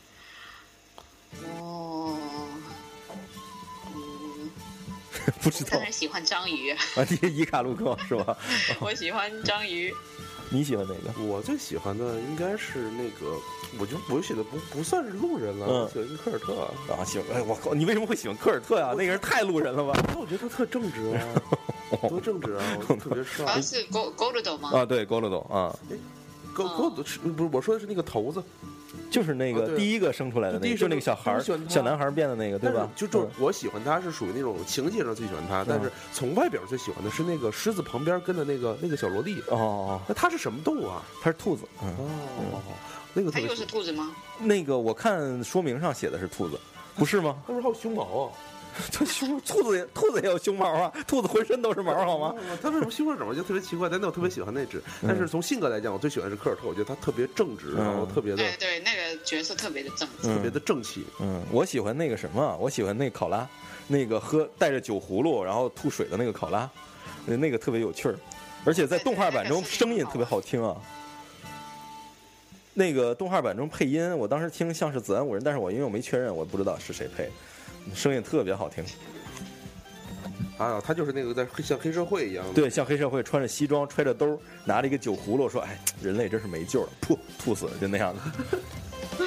不知道。 当然喜欢章鱼啊， 伊卡路克是吧？ 我喜欢章鱼。 你喜欢哪个？ 我最喜欢的应该是那个，我写的不算是路人了，我喜欢科尔特啊。行，我靠，你为什么会喜欢科尔特啊？那个人太路人了吧？ 我觉得他特正直啊，多正直啊，我特别帅。 是Goldo吗？ 对，Goldo啊。 Goldo不是我说的是那个头子。 就是那个第一个生出来的那个，就那个小男孩变的那个，对吧？ 就我喜欢他是属于那种情节上最喜欢他，但是从外表最喜欢的是那个狮子旁边跟的那个小萝莉。那他是什么动物啊？ 他是兔子。 那个他又是兔子吗？ 那个我看说明上写的是兔子，不是吗？ 他不是还有胸毛啊？ 兔子也有胸毛啊，兔子浑身都是毛，好吗？ 他为什么胸毛就特别奇怪？但我特别喜欢那只。但是从性格来讲，我最喜欢的是科尔特，我觉得他特别正直，然后特别的对那个角色特别的正直， 特别的正气。 我喜欢那个什么，我喜欢那考拉，那个带着酒葫芦然后吐水的那个考拉，那个特别有趣儿，而且在动画版中声音特别好听啊。那个动画版中配音，我当时听像是子安五人，但是因为我没确认，我不知道是谁配。声音特别好听啊！他就是那个在像黑社会一样的， 对，像黑社会，穿着西装，揣着兜，拿着一个酒葫芦，说：“人类真是没救了，噗，吐死了，就那样的。”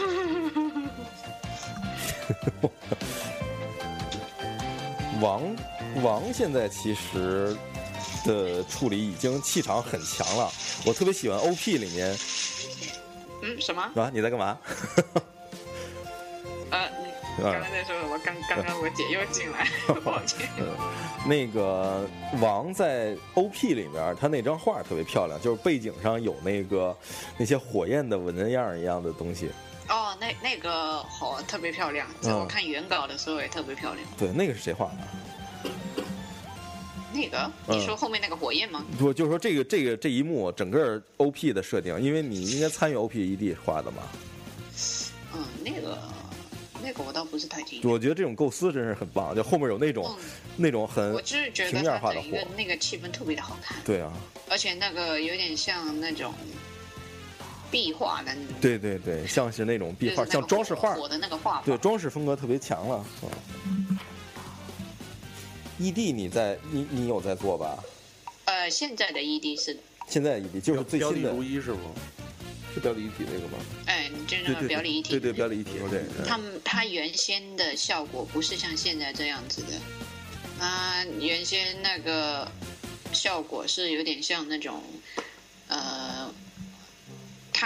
王现在其实的处理已经气场很强了，我特别喜欢 OP 里面。 什么？ 啊，你在干嘛？ 刚刚在说，刚刚我姐又进来，抱歉。 那个王在 OP 里面，他那张画特别漂亮，就是背景上有那些火焰的纹样一样的东西。 那个特别漂亮，在我看原稿的时候也特别漂亮。 对，那个是谁画的？ 那个你说后面那个火焰吗？ 不，就是说这一幕整个 OP 的设定，因为你应该参与 OP-ED 画的嘛。 那个我倒不是太清楚。 我觉得这种构思真是很棒，就后面有那种很我就是觉得它整个那个气氛特别的好看。 对啊， 而且那个有点像那种壁画的那种。 对，像是那种壁画，像装饰画。 火的那个画法。 对，装饰风格特别强了。ED 你有在做吧？ 现在的 ED 是。 现在的 ED 就是最新的。 如一是吗？是表里一体那个吗？ 就是那个表里一体。 对，表里一体。对， 它原先的效果不是像现在这样子的，原先那个效果是有点像那种，它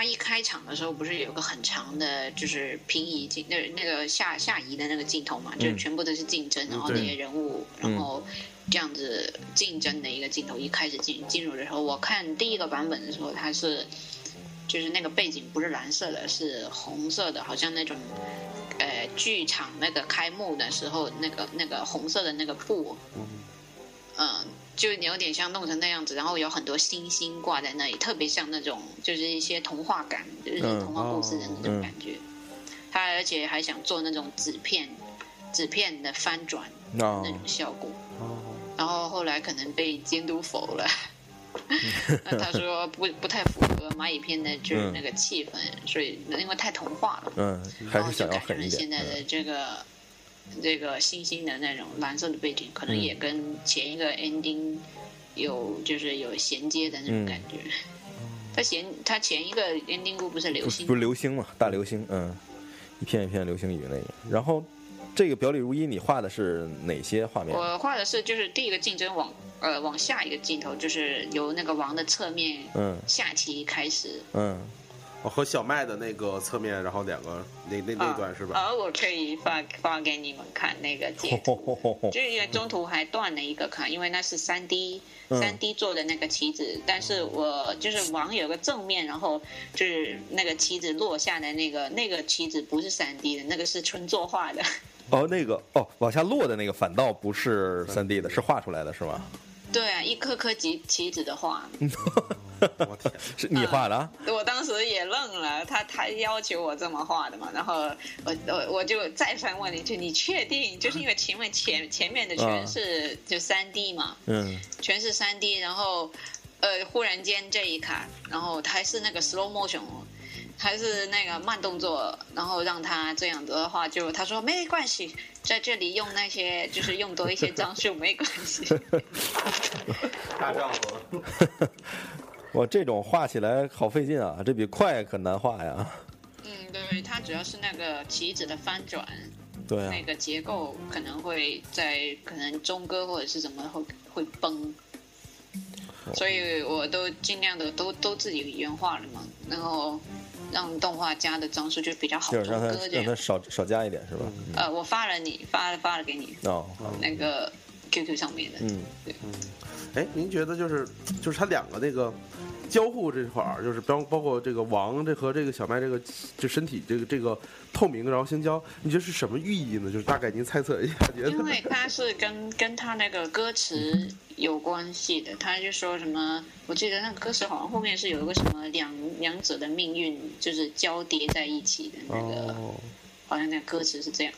他一开场的时候不是有个很长的，就是平移镜，那个下移的那个镜头嘛，就全部都是竞争，然后那些人物，然后这样子竞争的一个镜头，一开始进入的时候，我看第一个版本的时候，它是就是那个背景不是蓝色的，是红色的，好像那种剧场那个开幕的时候那个红色的那个布，就有点像弄成那样子，然后有很多星星挂在那里，特别像那种就是一些童话感，就是童话故事的那种感觉。他而且还想做那种纸片的翻转那种效果，然后后来可能被监督否了。那他说不太符合蚂蚁片的就是那个气氛，所以因为太童话了， 还是想要狠一点。 现在的这个星星的那种蓝色的背景，可能也跟前一个 ending 有衔接的那种感觉。他前一个 ending 不是流星， 不是流星嘛，大流星，一片一片流星雨那个。然后这个表里如一，你画的是哪些画面？ 我画的是就是第一个竞争往下一个镜头，就是由那个王的侧面下棋开始。 和小麦的那个侧面，然后两个那段是吧？ 我可以发给你们看那个截图，就是因为中途还断了一个看，因为那是3D 做的那个棋子，但是我就是王有个正面，然后就是那个棋子落下的那个棋子不是3D 的，那个是纯作画的。 往下落的那个反倒不是3D 的，是画出来的是吗？ 对啊，一颗颗棋子的画。 我天， 是你画的？ 我当时也愣了，他要求我这么画的嘛，然后我就再三问你确定？就是因为前面的全是就3D 嘛，全是3D，然后忽然间这一卡，然后还是那个 slow motion。还是那个慢动作，然后让他这样子的话，就他说没关系，在这里用那些就是用多一些张数没关系。 大丈夫。 哇，这种画起来好费劲啊，这比快可难画呀。 对，它主要是那个棋子的翻转， 对啊， 那个结构可能会在可能中歌或者是怎么会崩。所以我都尽量的都自己原画了嘛，然后让动画加的张数就比较好， 就是让它少加一点是吧？ 我发了给你那个 QQ 上面的，对。 哎，您觉得就是他两个那个交互这块儿，就是包括这个王和这个小麦这身体这个透明然后相交，你觉得是什么寓意呢？就是大概您猜测一下，觉得？ 因为它是跟他那个歌词有关系的，他就说什么，我记得那个歌词好像后面是有一个什么两者的命运就是交叠在一起的那个，好像那个歌词是这样。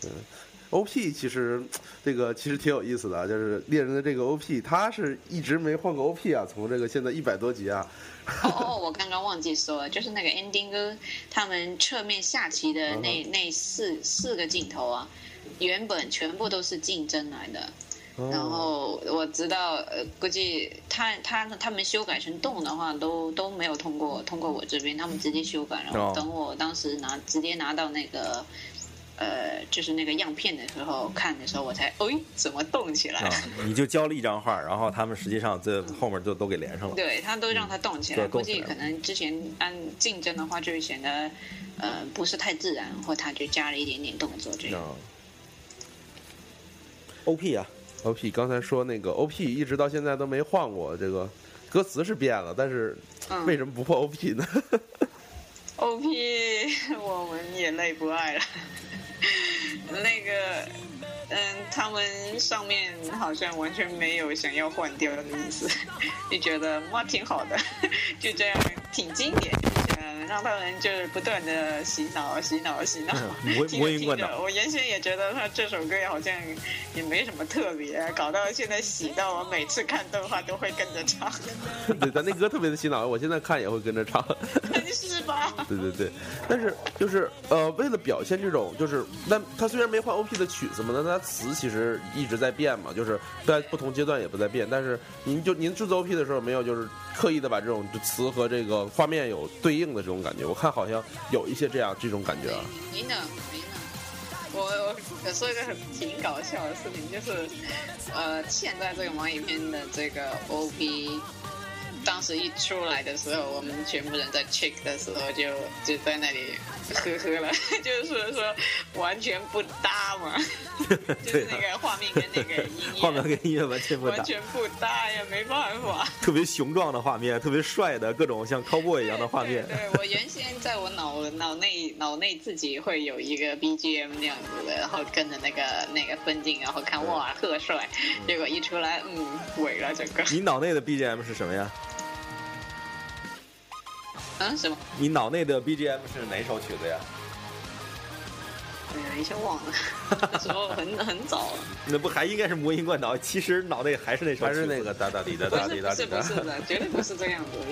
OP 其实挺有意思的，就是猎人的这个 OP， 他是一直没换过 OP 啊，从这个现在100多集啊。 我刚刚忘记说了，就是那个 ending 他们侧面下棋的那四个镜头啊，原本全部都是竞争来的。然后我知道，估计他们修改成动的话，都没有通过我这边，他们直接修改，然后等我当时直接拿到那个。就是那个样片的时候看的时候，我才怎么动起来？ 你就交了一张画，然后他们实际上这后面就都给连上了。 对，他都让它动起来。估计可能之前按竞争的话，就会显得不是太自然，或他就加了一点点动作这样。 OP 啊 ，OP 刚才说那个 OP 一直到现在都没换过，这个歌词是变了，但是为什么不换 OP 呢 ？OP 我们也累不爱了。那个，他们上面好像完全没有想要换掉的意思，就觉得挺好的，就这样挺经典，让他们就是不断的洗脑。 摸鱼过脑。 我原先也觉得他这首歌好像也没什么特别，搞到现在洗到我每次看动画都会跟着唱。 对，咱那歌特别的洗脑，我现在看也会跟着唱。 是吧？ 对，但是就是为了表现这种，就是那他虽然没换 OP 的曲子嘛，但他词其实一直在变嘛，就是在不同阶段也不在变。但是您制作 OP 的时候没有就是刻意的把这种词和这个画面有对应的这种感觉？我看好像有一些这种感觉啊。 没呢。我说一个挺搞笑的事情，就是现在这个蚂蚁片的这个 OP。 当时一出来的时候，我们全部人在 check 的时候就在那里呵呵了，就是说完全不搭嘛，就是那个画面跟那个音乐， 画面跟音乐完全不搭， 完全不搭呀，没办法。 特别雄壮的画面，特别帅的各种像 cowboy 一样的画面。 对，我原先在我脑内自己会有一个 BGM 那样子的，然后跟着那个分镜，然后看哇特帅，结果一出来毁了整个。 你脑内的 BGM 是什么呀？ 什么？ 你脑内的 BGM 是哪首曲子呀？ 一下忘了，那时候很早了。 那不还应该是魔音贯岛？其实脑内还是那首曲子， 还是那个哒哒滴哒哒滴哒滴哒。 不是的，绝对不是这样子，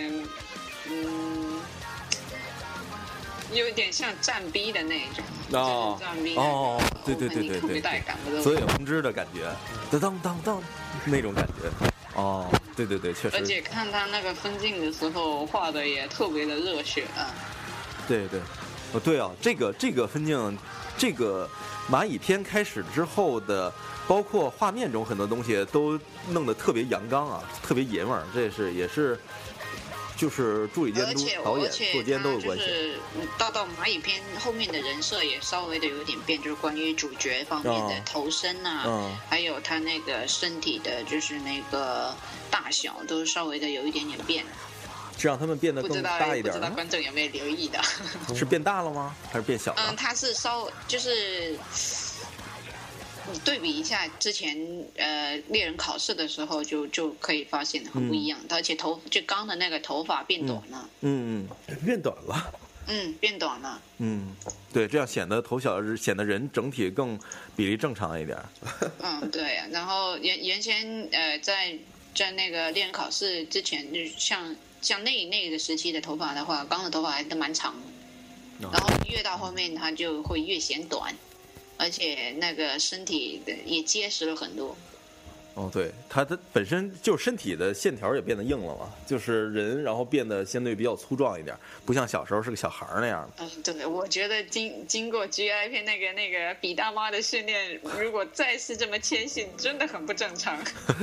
有点像战逼的那种。 哦哦，对， 特别带感， 泽野弘之的感觉，当当当那种感觉。哦，对，确实。 而且看他那个分镜的时候，画的也特别的热血啊。 对，对啊，这个分镜，这个蚂蚁篇开始之后的，包括画面中很多东西都弄得特别阳刚啊，特别爷们儿，这是也是。就是助理监督、导演、作监都有关系。 就是到蚂蚁篇后面的人设也稍微的有点变，就是关于主角方面的头身啊，还有他那个身体的，就是那个大小都稍微的有一点点变。 是让他们变得更大一点。 不知道观众有没有留意的？ 是变大了吗？还是变小了？ 它是就是你对比一下之前猎人考试的时候就可以发现很不一样，而且就刚的那个头发变短了， 变短了， 变短了， 对，这样显得头小，显得人整体更比例正常一点。 对啊，然后原先在那个猎人考试之前，就像那个时期的头发的话，刚的头发还是蛮长的，然后越到后面它就会越显短。而且那个身体的也结实了很多。 对，它本身就是身体的线条也变得硬了嘛，就是人然后变得相对比较粗壮一点，不像小时候是个小孩那样的。 对，我觉得经过 GI 片那个比大妈的训练，如果再是这么纤细，真的很不正常。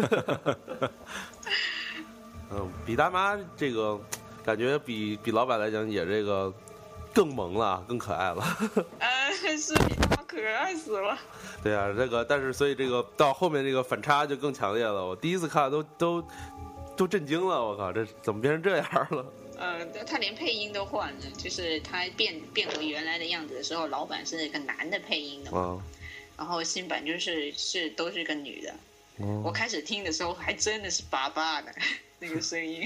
比大妈这个感觉比老板来讲也这个更萌了，更可爱了。 是比大妈可爱死了。 对啊，但是所以这个到后面这个反差就更强烈了。我第一次看都震惊了，我靠，这怎么变成这样了？ 他连配音都换了，就是他变回原来的样子的时候，老版是个男的配音的嘛，然后新版都是个女的。我开始听的时候还真的是爸爸的那个声音。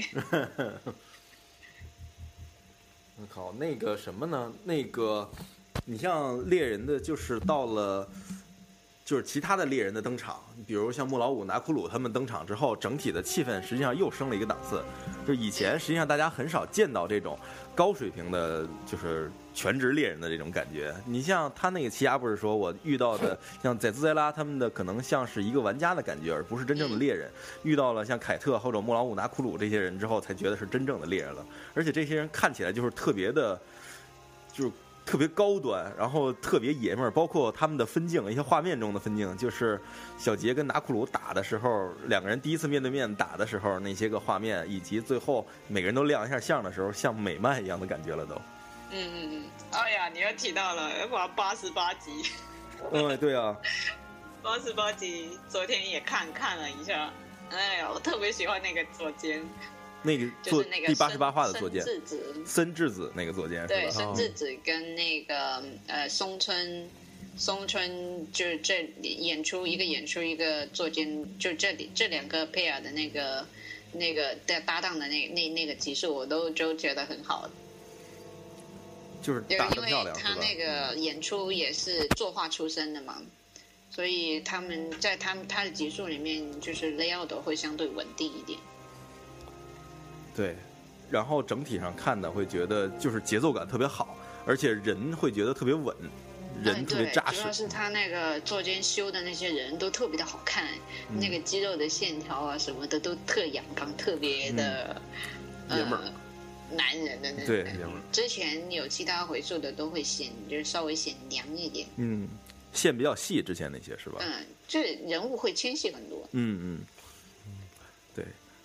我靠，那个什么呢？那个，你像猎人的，就是到了，就是其他的猎人的登场，比如像穆老五、拿库鲁他们登场之后，整体的气氛实际上又升了一个档次。就以前实际上大家很少见到这种高水平的，就是全职猎人的这种感觉。你像他那个奇亚不是说我遇到的像宰兹塞拉他们的可能像是一个玩家的感觉，而不是真正的猎人。遇到了像凯特或者穆老五、拿库鲁这些人之后，才觉得是真正的猎人了。而且这些人看起来就是特别的，就是特别高端，然后特别爷们儿，包括他们的分镜，一些画面中的分镜，就是小杰跟拿库鲁打的时候，两个人第一次面对面打的时候那些个画面，以及最后每个人都亮一下相的时候，像美漫一样的感觉了都。 哎呀，你又提到了哇88集。 对啊 ，88集，昨天也看了一下。哎呀，我特别喜欢那个佐监。 那个就是那个第88话的作监森智子那个作监， 对，森智子跟那个松村就是这演出一个作监，就这两个配尔的那个搭档的那个集数，我都觉得很好。 就是打得漂亮， 因为他那个演出也是作画出身的嘛，所以他们在他的集数里面，就是 layout 会相对稳定一点。 对，然后整体上看的会觉得就是节奏感特别好，而且人会觉得特别稳，人特别扎实。 主要是他那个作监修的那些人都特别的好看，那个肌肉的线条啊什么的都特阳刚，特别的爷们儿。 男人的那种， 对， 之前有其他回溯的都会就是稍微显娘一点， 线比较细，之前那些是吧？ 这人物会纤细很多， 对。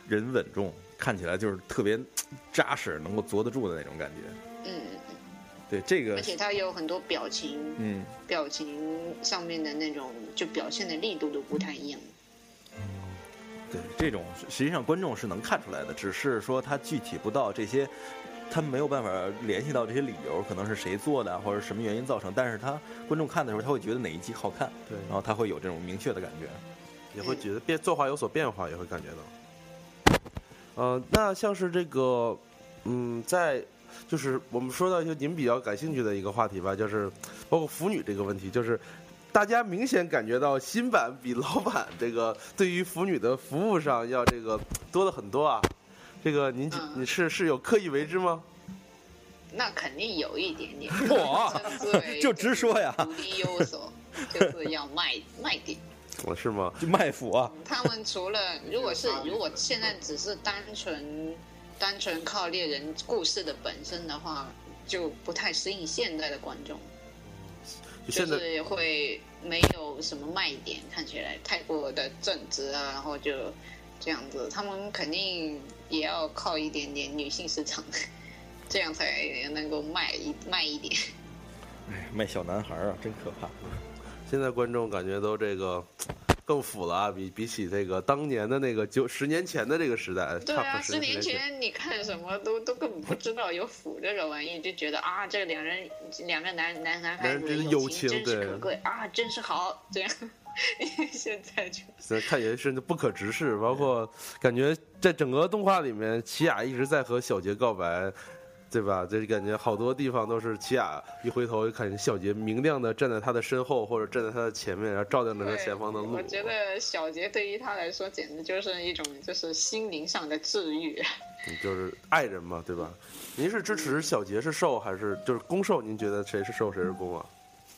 人稳重，看起来就是特别扎实，能够坐得住的那种感觉。对这个， 而且他有很多表情，表情上面的那种就表现的力度都不太一样。 对，这种实际上观众是能看出来的，只是说他具体不到这些，他没有办法联系到这些理由，可能是谁做的或者什么原因造成，但是他观众看的时候，他会觉得哪一集好看， 对， 然后他会有这种明确的感觉， 也会觉得作画有所变化，也会感觉到。那像是这个，在就是我们说到一个您比较感兴趣的一个话题吧，就是包括腐女这个问题，就是大家明显感觉到新版比老版这个对于腐女的服务上要这个多了很多啊。这个你是有刻意为之吗？ 那肯定有一点点。 就直说呀。 独立优所就是要卖点。 是吗？ 就卖腐啊！ 他们除了如果现在只是单纯靠猎人故事的本身的话，就不太适应现在的观众，就是会没有什么卖点，看起来太过的正直啊，然后就这样子。他们肯定也要靠一点点女性市场，这样才能够卖一点。 哎，卖小男孩啊，真可怕。 现在观众感觉都这个更腐了啊，比起这个当年的那个10年前的这个时代。 对啊，10年前你看什么都根本不知道有腐这个玩意，就觉得啊，这两个男孩子友情真是可贵啊，真是好这样。现在就看也是不可直视，包括感觉在整个动画里面，奇雅一直在和小杰告白。对吧？这感觉好多地方都是奇雅一回头，看见小杰明亮的站在他的身后，或者站在他的前面，然后照亮着他前方的路。 我觉得小杰对于他来说，简直就是一种就是心灵上的治愈。 就是爱人嘛，对吧？您是支持小杰是受还是就是攻受？您觉得谁是受谁是攻啊？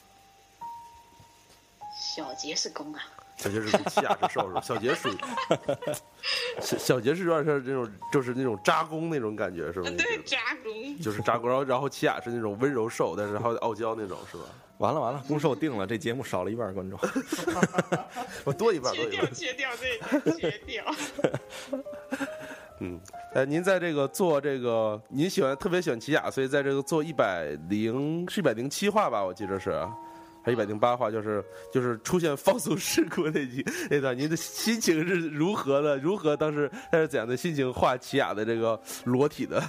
小杰是攻啊。 小杰是奇雅是受是吧？小杰属于小杰是有点像这种，就是那种扎攻那种感觉，是吧？ 对，扎攻就是扎攻，然后奇雅是那种温柔受，但是还有傲娇那种，是吧？ 完了，攻受定了，这节目少了一半观众， 我多一半， 切掉这切掉。 您在这个做这个，您特别喜欢奇雅，所以在这个做107话吧，我记得是。还108话，就是出现放送事故那段，您的心情是如何的？如何当时带着怎样的心情画奇雅的这个裸体的？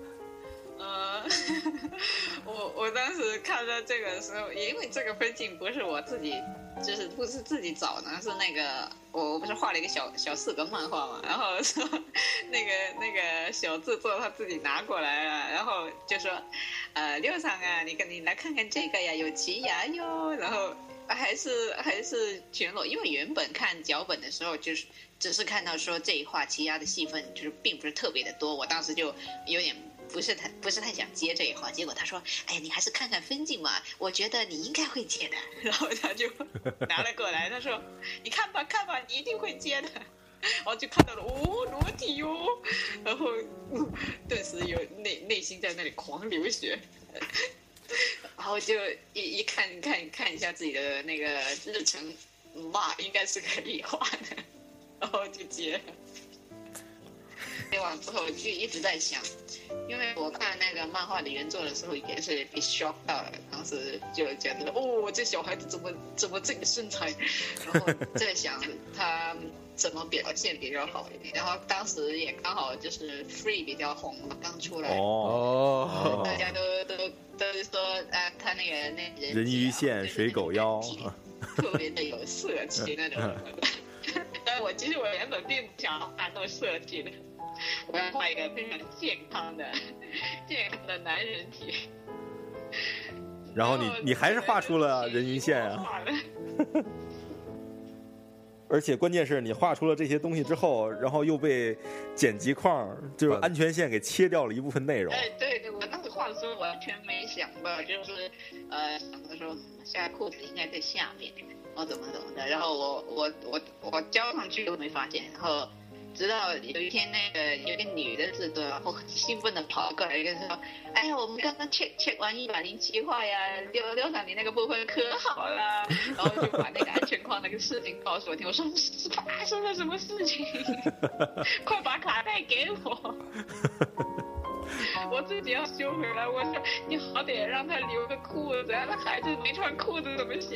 我当时看到这个时候，因为这个分镜不是我自己，就是不是自己找的，是那个我不是画了一个小4格漫画嘛，然后说那个小制作他自己拿过来了，然后就说六厂啊，你来看看这个呀，有奇雅哟，然后还是全裸，因为原本看脚本的时候就是只是看到说这一话奇雅的戏份就是并不是特别的多，我当时就有点。不是太想接这一话，结果他说：“哎呀，你还是看看分镜嘛，我觉得你应该会接的。”然后他就拿了过来，他说：“你看吧，你一定会接的。”然后就看到了裸体哟，然后顿时有内心在那里狂流血，然后就一看一下自己的那个日程，哇，应该是可以画的，然后就接了。接完之后就一直在想，因为我看那个漫画的原作的时候也是被 shock 到了，当时就觉得这小孩子怎么这个身材，然后在想他怎么表现比较好一点。然后当时也刚好就是 Free 比较红嘛，刚出来大家都说他那个人鱼线水狗腰， 特别的有色气那种。但其实我原本并不想画那么色气的。我要画一个非常健康的男人体， 然后你还是画出了人鱼线啊！而且关键是你画出了这些东西之后，然后又被剪辑框就是安全线给切掉了一部分内容。 对，我当时画的时候完全没想到，就是想着说下裤子应该在下面，然后怎么的，然后我交上去都没发现，然后直到有一天，有个女的制作，然后很兴奋的跑过来跟说：“哎呀，我们刚刚 check 完107话呀，刘长你那个部分可好了。”然后就把那个安全框那个事情告诉我听。我说：“发生了什么事情？快把卡带给我！”我自己要修回来。我说你好歹让他留个裤子，那孩子没穿裤子怎么行？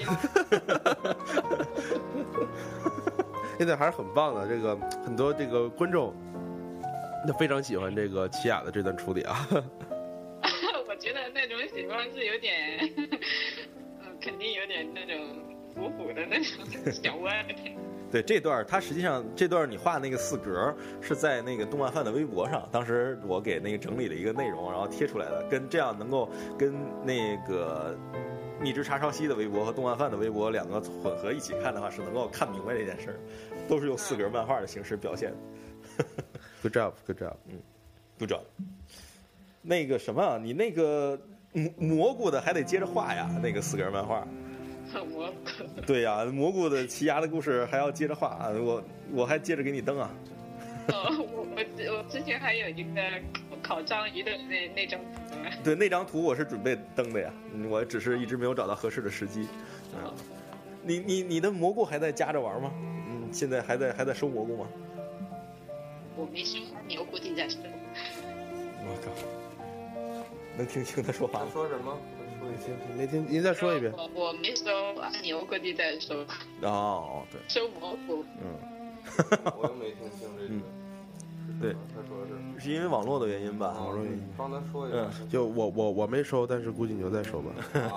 现在还是很棒的，这个很多这个观众都非常喜欢这个齐雅的这段处理啊。 我觉得那种喜欢是有点，肯定有点那种腐腐的那种小问题。 对，这段他实际上这段你画那个4格是在那个动漫饭的微博上，当时我给那个整理了一个内容，然后贴出来的，跟这样能够跟那个蜜汁茶烧西的微博和动漫饭的微博两个混合一起看的话，是能够看明白这件事儿，都是用4格漫画的形式表现的。 Good job, good job， good job。那个什么，你那个蘑菇的还得接着画呀，那个4格漫画。 蘑菇。 对呀，蘑菇的奇牙的故事还要接着画，我还接着给你登啊。 我之前还有一个烤章鱼的那张图。 对，那张图我是准备登的呀，我只是一直没有找到合适的时机。你的蘑菇还在夹着玩吗？现在还在收蘑菇吗？ 我没收，你估计在收。 我靠，能听清他说话吗？ 说什么？ 没听，您再说一遍。 我没收，牛估计在收。 哦，对， 收蘑菇。 我又没听清这个。 对， 他说的是因为网络的原因吧？ 网络原因。帮他说一下。 就我没收，但是估计牛在收吧。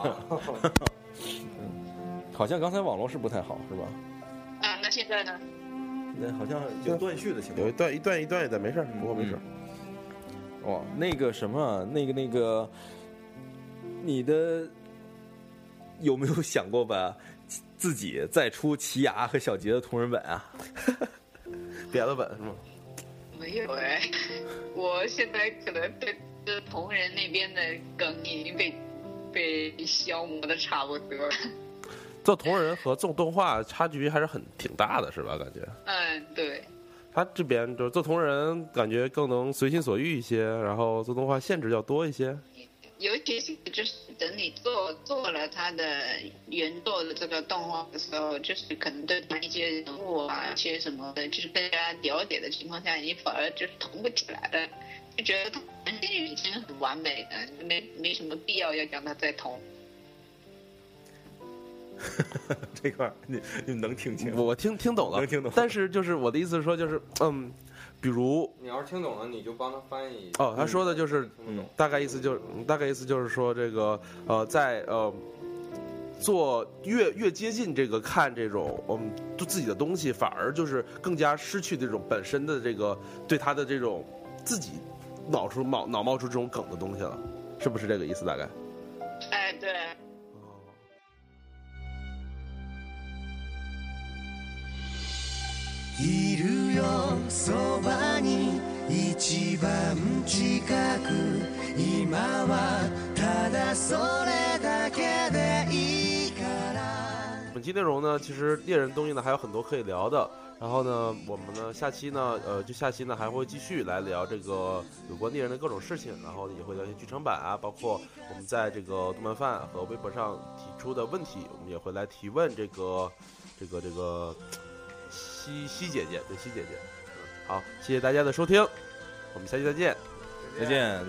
好像刚才网络是不太好，是吧？ 那现在呢？ 那好像有断续的情况。 有一段也在，没事，不过没事。 哇，那个什么，那个。你的有没有想过把自己再出奇牙和小杰的同人本啊？ 别的本是吗？ 没有我现在可能对同人那边的梗已经被消磨的差不多了。 做同人和做动画差距还是挺大的，是吧？感觉。 对。 他这边就是做同人，感觉更能随心所欲一些，然后做动画限制要多一些。 尤其是就是等你做了他的原作的这个动画的时候，就是可能对他一些人物啊、一些什么的，就是更加了解的情况下，你反而就是同不起来了，就觉得他本身已经很完美了，没什么必要要将他再同。 这块你能听清？ 我听懂了， 能听懂。 但是就是我的意思是说，就是比如你要是听懂了，你就帮他翻译。 他说的就是大概意思就是说这个在做越接近这个看这种自己的东西，反而就是更加失去这种本身的这个对他的这种自己脑冒出这种梗的东西了，是不是这个意思？大概。 对。 いるよそばに一番近く今はただそれだけでいいから本期内容呢，其实猎人东西呢还有很多可以聊的。然后呢，我们呢下期呢还会继续来聊这个有关猎人的各种事情，然后也会聊一些剧场版啊，包括我们在这个动漫饭和微博上提出的问题，我们也会来提问这个西姐姐，对西姐姐，好，谢谢大家的收听，我们下期再见， 再见。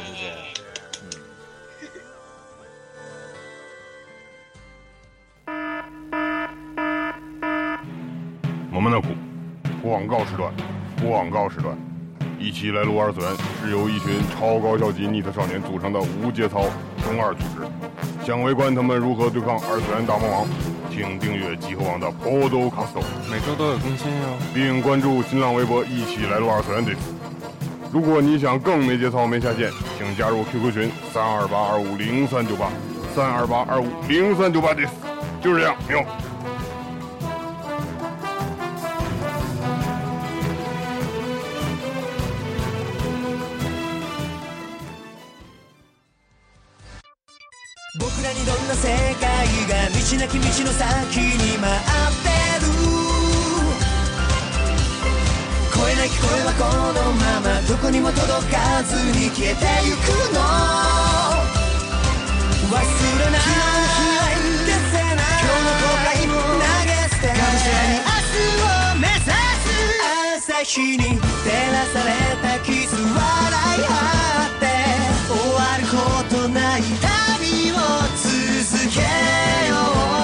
我们的广告时段，一起来撸二次元是由一群超高校级NEET少年组成的无节操中二组织，想围观他们如何对抗二次元大魔王，请订阅集合网的 Podcast， 每周都有更新哟， 并关注新浪微博一起来撸二次元。如果你想更没节操没下限，请加入 QQ 群328250398 328250398，就是这样，喵。 僕らにどんな世界が道なき道の先に待ってる越えなき声はこのままどこにも届かずに消えてゆくの忘れない消せない今日の後悔も投げ捨てがむしゃらに明日を目指す朝日に照らされたキス笑い合って終わることない旅を続けよ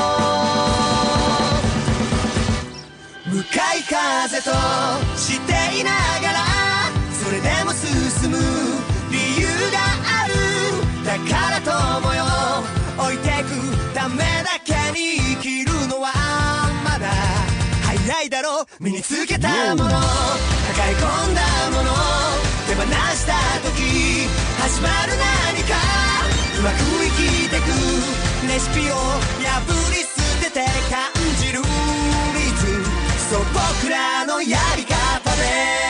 う向かい風としていながらそれでも進む理由があるだから友よ置いてくためだけに生きるのはまだ早いだろう身につけたもの抱え込んだもの手放した時始まる何かうまく生きてくレシピを破り捨てて感じるリズムそう僕らのやり方で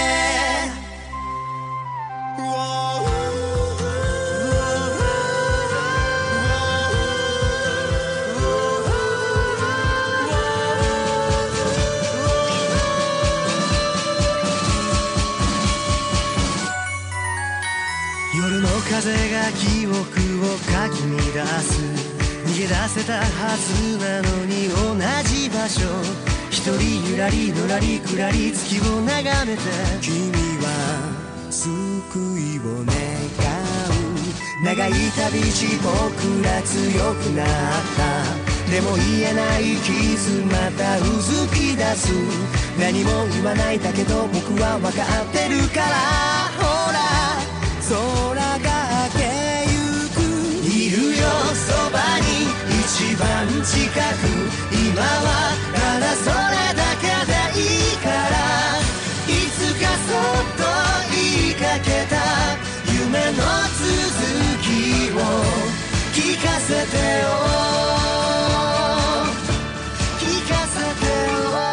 夜の風が記憶をかき乱す逃げ出せたはずなのに同じ場所一人ゆらりのらりくらり月を眺めて君は救いを願う長い旅路僕ら強くなったでも言えない傷またうずき出す何も言わないだけど僕は分かってるからほら空がけゆくいるよそばに一番近く今はただそれだけでいいからいつかそっと言いかけた夢の続きを聞かせてよ聞かせてよ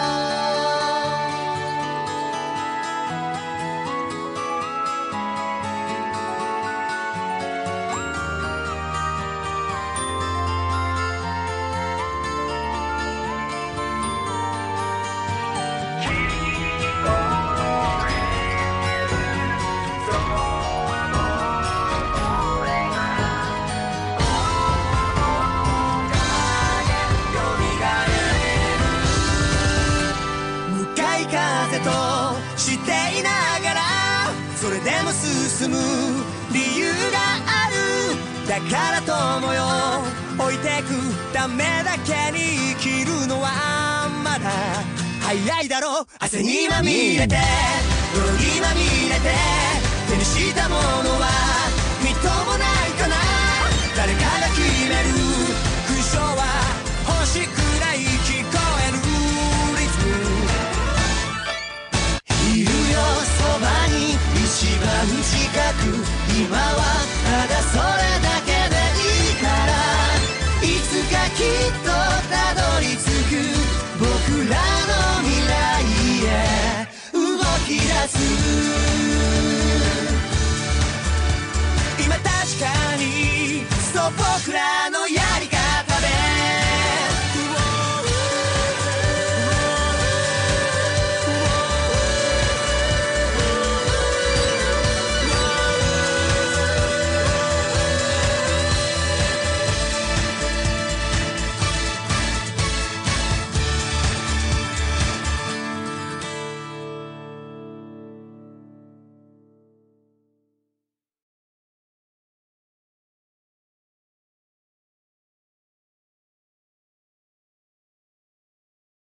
していながらそれでも進む理由があるだから友よ置いてくためだけに生きるのはまだ早いだろう汗にまみれて泥にまみれて手にしたものはみっとも